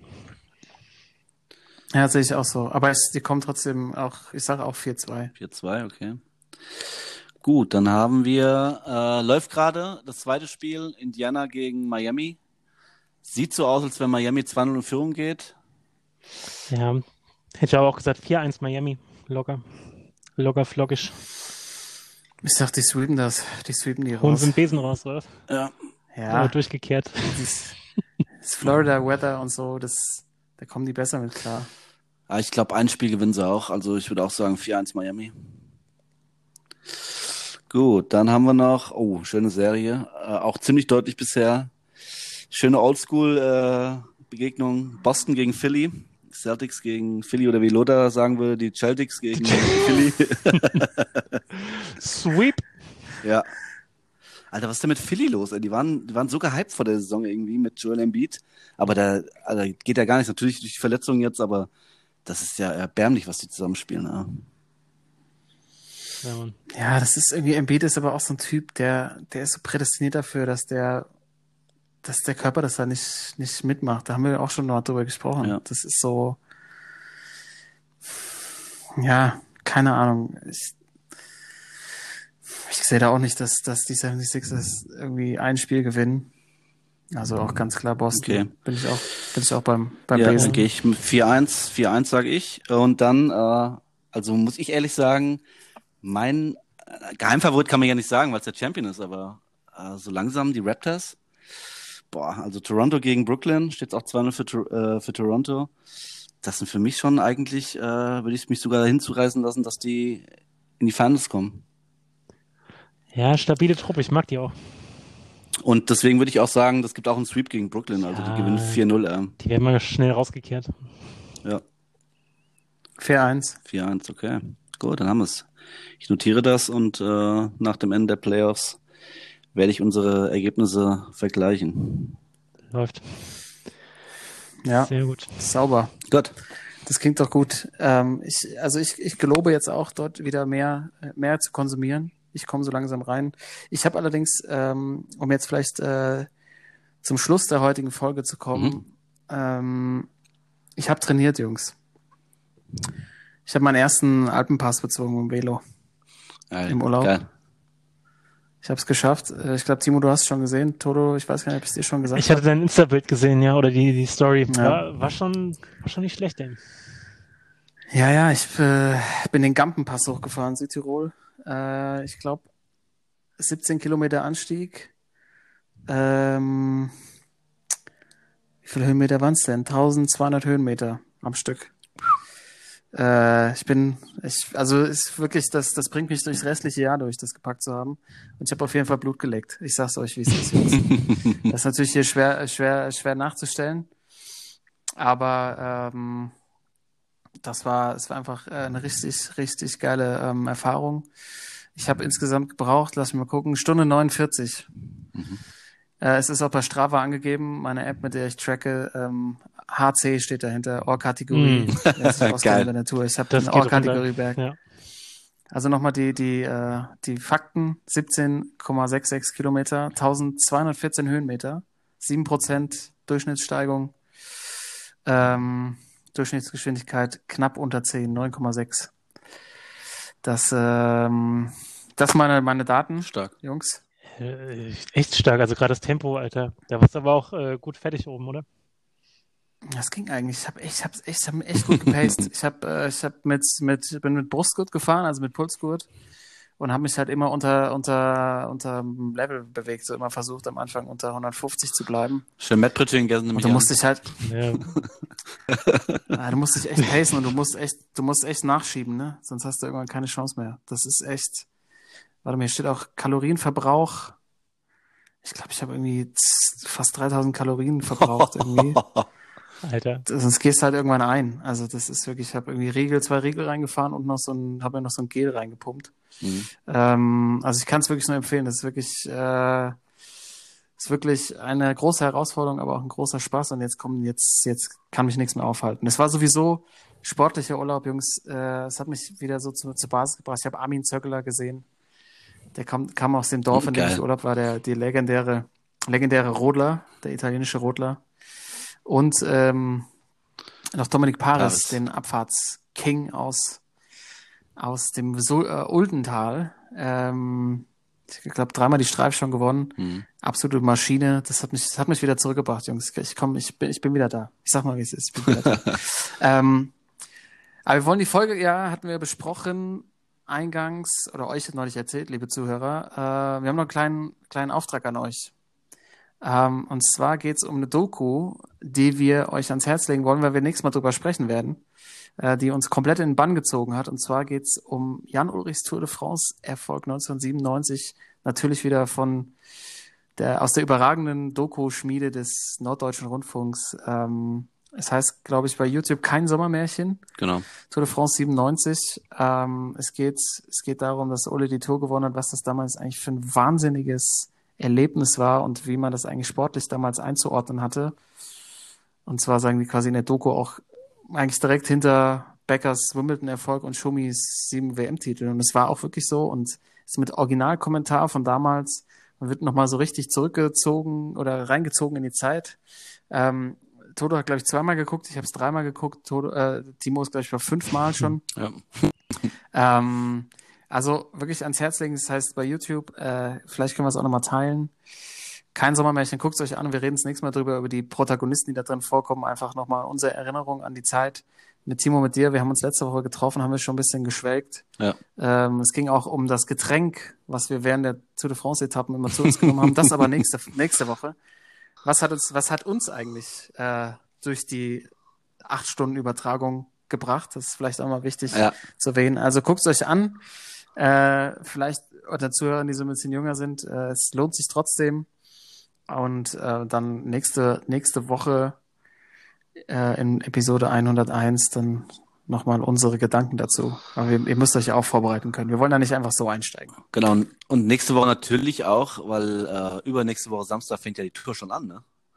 ja, sehe ich auch so. Aber es, die kommen trotzdem auch, ich sage auch vier zwei. vier zwei, okay. Gut, dann haben wir, äh, läuft gerade das zweite Spiel, Indiana gegen Miami. Sieht so aus, als wenn Miami zwei null in Führung geht. Ja, hätte ich aber auch gesagt, vier eins Miami. Locker. Locker flockisch. Ich sag, die sweepen das. Die sweepen die Holen raus. sie den Besen raus, oder? Ja. Ja, Oder durchgekehrt. das, das Florida Weather und so, das, da kommen die besser mit klar. Ah, ich glaube, ein Spiel gewinnen sie auch. Also ich würde auch sagen vier eins Miami. Gut, dann haben wir noch, oh, schöne Serie. Äh, auch ziemlich deutlich bisher. Schöne Oldschool-Begegnung. Boston gegen Philly. Celtics gegen Philly oder wie Lothar sagen würde, die Celtics gegen Philly. Sweep. Ja. Alter, was ist denn mit Philly los? Ey? Die waren, die waren so gehypt vor der Saison irgendwie mit Joel Embiid. Aber da also geht ja gar nichts. Natürlich durch die Verletzungen jetzt, aber das ist ja erbärmlich, was die zusammenspielen. Ja. Ja, Mann. Ja, das ist irgendwie, Embiid ist aber auch so ein Typ, der, der ist so prädestiniert dafür, dass der, dass der Körper das da nicht, nicht mitmacht. Da haben wir auch schon noch drüber gesprochen. Ja. Das ist so, ja, keine Ahnung. Ich, ich sehe da auch nicht, dass, dass die seventy-sixers irgendwie ein Spiel gewinnen. Also auch ganz klar Boston. Okay. Bin ich auch, bin ich auch beim, beim Ja, Besen. dann gehe ich mit vier eins, vier eins sage ich. Und dann, äh, also muss ich ehrlich sagen, mein äh, Geheimfavorit kann man ja nicht sagen, weil es der Champion ist, aber äh, so langsam die Raptors. Boah, also Toronto gegen Brooklyn, steht auch zwei null für, Tor- äh, für Toronto. Das sind für mich schon eigentlich, äh, würde ich mich sogar hinzureißen lassen, dass die in die Finals kommen. Ja, stabile Truppe, ich mag die auch. Und deswegen würde ich auch sagen, das gibt auch einen Sweep gegen Brooklyn, also Ja. die gewinnen vier null. Äh. Die werden mal schnell rausgekehrt. Ja, vier eins. vier eins, okay. Gut, dann haben wir es. Ich notiere das und äh, nach dem Ende der Playoffs werde ich unsere Ergebnisse vergleichen. Läuft. Ja, Sehr gut. sauber. Gut. Das klingt doch gut. Ähm, ich, also ich, ich gelobe jetzt auch, dort wieder mehr, mehr zu konsumieren. Ich komme so langsam rein. Ich habe allerdings, ähm, um jetzt vielleicht äh, zum Schluss der heutigen Folge zu kommen, Mhm. ähm, ich habe trainiert, Jungs. Ich habe meinen ersten Alpenpass bezogen im Velo. Geil. Im Urlaub. Geil. Ich habe es geschafft. Äh, Ich glaube, Timo, du hast es schon gesehen. Toto, ich weiß gar nicht, ob ich es dir schon gesagt Ich hatte dein Insta-Bild gesehen, ja, oder die, die Story. Ja. War, war, schon, war schon nicht schlecht, ey. Ja, ja, ich äh, bin den Gampenpass hochgefahren, Südtirol. Äh, ich glaube, siebzehn Kilometer Anstieg. Ähm, wie viele Höhenmeter waren es denn? eintausendzweihundert Höhenmeter am Stück. Äh, ich bin, ich, also ist wirklich, das, das bringt mich durchs restliche Jahr durch, das gepackt zu haben. Und ich habe auf jeden Fall Blut geleckt. Ich sag's euch, wie es ist. Jungs. Das ist natürlich hier schwer, schwer, schwer nachzustellen. Aber ähm, das war, es war einfach äh, eine richtig, richtig geile ähm, Erfahrung. Ich habe insgesamt gebraucht, lass mich mal gucken, Stunde neunundvierzig. Äh, es ist auch bei Strava angegeben, meine App, mit der ich tracke. Ähm, H C steht dahinter, Ohr-Kategorie. Mm. Wer sich auskennt Geil. in der Natur. Ich habe Das eine geht Ohr-Kategorie Berg. Ja. Also nochmal die, die, äh, die Fakten. siebzehn Komma sechsundsechzig Kilometer, eintausendzweihundertvierzehn Höhenmeter, sieben Prozent Durchschnittssteigung, ähm, Durchschnittsgeschwindigkeit knapp unter zehn, neun Komma sechs. Das, ähm, das meine, meine Daten, Stark. Jungs. Äh, echt stark, also gerade das Tempo, Alter. Da warst du aber auch äh, gut fertig oben, oder? Das ging eigentlich. Ich habe echt, ich hab's echt, ich hab mich echt gut gepaced. Ich habe, äh, ich habe mit, mit, bin mit Brustgurt gefahren, also mit Pulsgurt, und habe mich halt immer unter, unter, unter dem Level bewegt, so immer versucht am Anfang unter hundertfünfzig zu bleiben. Schön Mettbrötchen gegessen. Und nämlich du an. musst dich halt, Ja. ah, du musst dich echt pacen und du musst echt, du musst echt nachschieben, ne? Sonst hast du irgendwann keine Chance mehr. Das ist echt. Warte mal, hier steht auch Kalorienverbrauch. Ich glaube, ich habe irgendwie z- fast dreitausend Kalorien verbraucht irgendwie. Alter. Sonst gehst du halt irgendwann ein. Also das ist wirklich, ich habe irgendwie Riegel, zwei Riegel reingefahren und noch so ein, habe mir noch so ein Gel reingepumpt. Mhm. Ähm, also ich kann es wirklich nur empfehlen. Das ist wirklich, äh, ist wirklich eine große Herausforderung, aber auch ein großer Spaß. Und jetzt kommen, jetzt, jetzt kann mich nichts mehr aufhalten. Es war sowieso sportlicher Urlaub, Jungs. Äh, es hat mich wieder so zu, zur Basis gebracht. Ich habe Armin Zöckler gesehen. Der kam, kam aus dem Dorf, in dem Geil. ich Urlaub war, der, die legendäre, legendäre Rodler, der italienische Rodler. Und ähm, noch Dominik Paris, Paris. den Abfahrtsking aus, aus dem Sul äh, Uldental. Ähm, ich glaube, dreimal die Streif schon gewonnen. Mhm. Absolute Maschine. Das hat mich, das hat mich wieder zurückgebracht, Jungs. Ich komm, ich bin, ich bin wieder da. Ich sag mal, wie es ist. Ich bin wieder da. ähm, aber wir wollen die Folge, ja, hatten wir besprochen, eingangs, oder euch hat neulich erzählt, liebe Zuhörer. Äh, wir haben noch einen kleinen, kleinen Auftrag an euch. Ähm, und zwar geht es um eine Doku, die wir euch ans Herz legen wollen, weil wir nächstes Mal drüber sprechen werden, äh, die uns komplett in den Bann gezogen hat. Und zwar geht es um Jan Ullrichs Tour de France Erfolg neunzehnhundertsiebenundneunzig, natürlich wieder von der aus der überragenden Doku-Schmiede des Norddeutschen Rundfunks. Ähm, es heißt, glaube ich, bei YouTube Kein Sommermärchen. Genau. Tour de France siebenundneunzig. Ähm, es geht, es geht darum, dass Ulle die Tour gewonnen hat, was das damals eigentlich für ein wahnsinniges Erlebnis war und wie man das eigentlich sportlich damals einzuordnen hatte. Und zwar sagen die quasi in der Doku auch eigentlich direkt hinter Beckers Wimbledon-Erfolg und Schumis sieben W M-Titel. Und es war auch wirklich so und ist mit Originalkommentar von damals. Man wird nochmal so richtig zurückgezogen oder reingezogen in die Zeit. Ähm, Toto hat, glaube ich, zweimal geguckt. Ich habe es dreimal geguckt. Toto, äh, Timo ist, glaube ich, war fünfmal schon. Ja. Ähm, also wirklich ans Herz legen. Das heißt bei YouTube, äh, vielleicht können wir es auch nochmal teilen. Kein Sommermärchen, guckt es euch an. Wir reden das nächste Mal drüber, über die Protagonisten, die da drin vorkommen. Einfach nochmal unsere Erinnerung an die Zeit. Mit Timo, mit dir, wir haben uns letzte Woche getroffen, haben wir schon ein bisschen geschwelgt. Ja. Ähm, es ging auch um das Getränk, was wir während der Tour de France-Etappen immer zu uns genommen haben. Das aber nächste, nächste Woche. Was hat uns, was hat uns eigentlich äh, durch die acht Stunden Übertragung gebracht? Das ist vielleicht auch mal wichtig Ja. zu erwähnen. Also guckt es euch an. Äh, vielleicht unter Zuhörern, die so ein bisschen jünger sind, äh, es lohnt sich trotzdem. Und äh, dann nächste, nächste Woche äh, in Episode hunderteins dann nochmal unsere Gedanken dazu. Aber ihr, ihr müsst euch ja auch vorbereiten können. Wir wollen da nicht einfach so einsteigen. Genau. Und, und nächste Woche natürlich auch, weil äh, übernächste Woche Samstag fängt ja die Tour schon an, ne?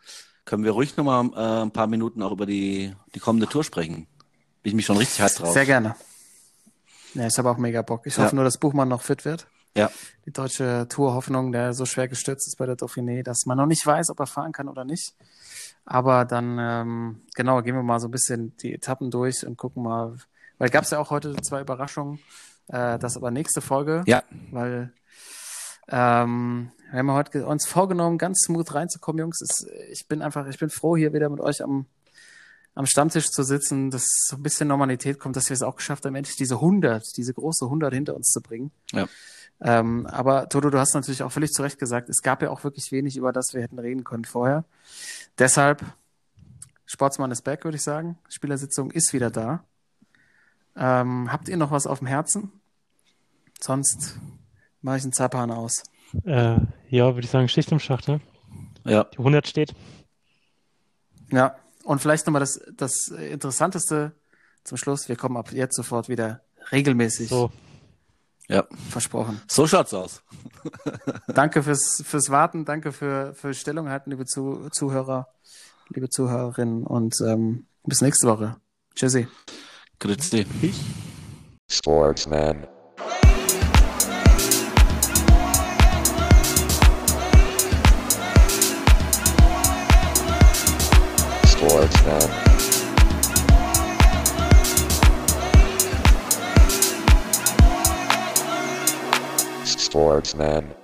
können wir ruhig nochmal äh, ein paar Minuten auch über die, die kommende Tour sprechen. Bin ich mich schon richtig heiß drauf. Sehr gerne. Ja, ich habe auch mega Bock. Ich Ja. hoffe nur, dass Buchmann noch fit wird. Ja, Die deutsche Tour-Hoffnung, der so schwer gestürzt ist bei der Dauphiné, dass man noch nicht weiß, ob er fahren kann oder nicht. Aber dann, ähm, genau, gehen wir mal so ein bisschen die Etappen durch und gucken mal, weil gab es ja auch heute zwei Überraschungen, äh, das aber nächste Folge, ja, weil ähm, wir haben ja heute ge- uns vorgenommen, ganz smooth reinzukommen, Jungs. Es, ich bin einfach, ich bin froh, hier wieder mit euch am, am Stammtisch zu sitzen, dass so ein bisschen Normalität kommt, dass wir es auch geschafft haben, endlich diese hundert, diese große hundert hinter uns zu bringen. ja. Ähm, aber Toto, du hast natürlich auch völlig zu Recht gesagt, es gab ja auch wirklich wenig, über das wir hätten reden können vorher. Deshalb, Sportsmann ist back, würde ich sagen. Spielersitzung ist wieder da. Ähm, habt ihr noch was auf dem Herzen? Sonst mache ich einen Zappan aus. Äh, ja, würde ich sagen, Schicht im Schacht, ne? Ja, Die hundert steht. Ja, und vielleicht nochmal das, das Interessanteste zum Schluss. Wir kommen ab jetzt sofort wieder regelmäßig. So. ja. Versprochen. So schaut's aus. Danke fürs, fürs Warten, danke für, für Stellung halten, liebe Zu, Zuhörer, liebe Zuhörerinnen und ähm, bis nächste Woche. Tschüssi. Grüezi. Sportsman. Sportsman. Sportsman.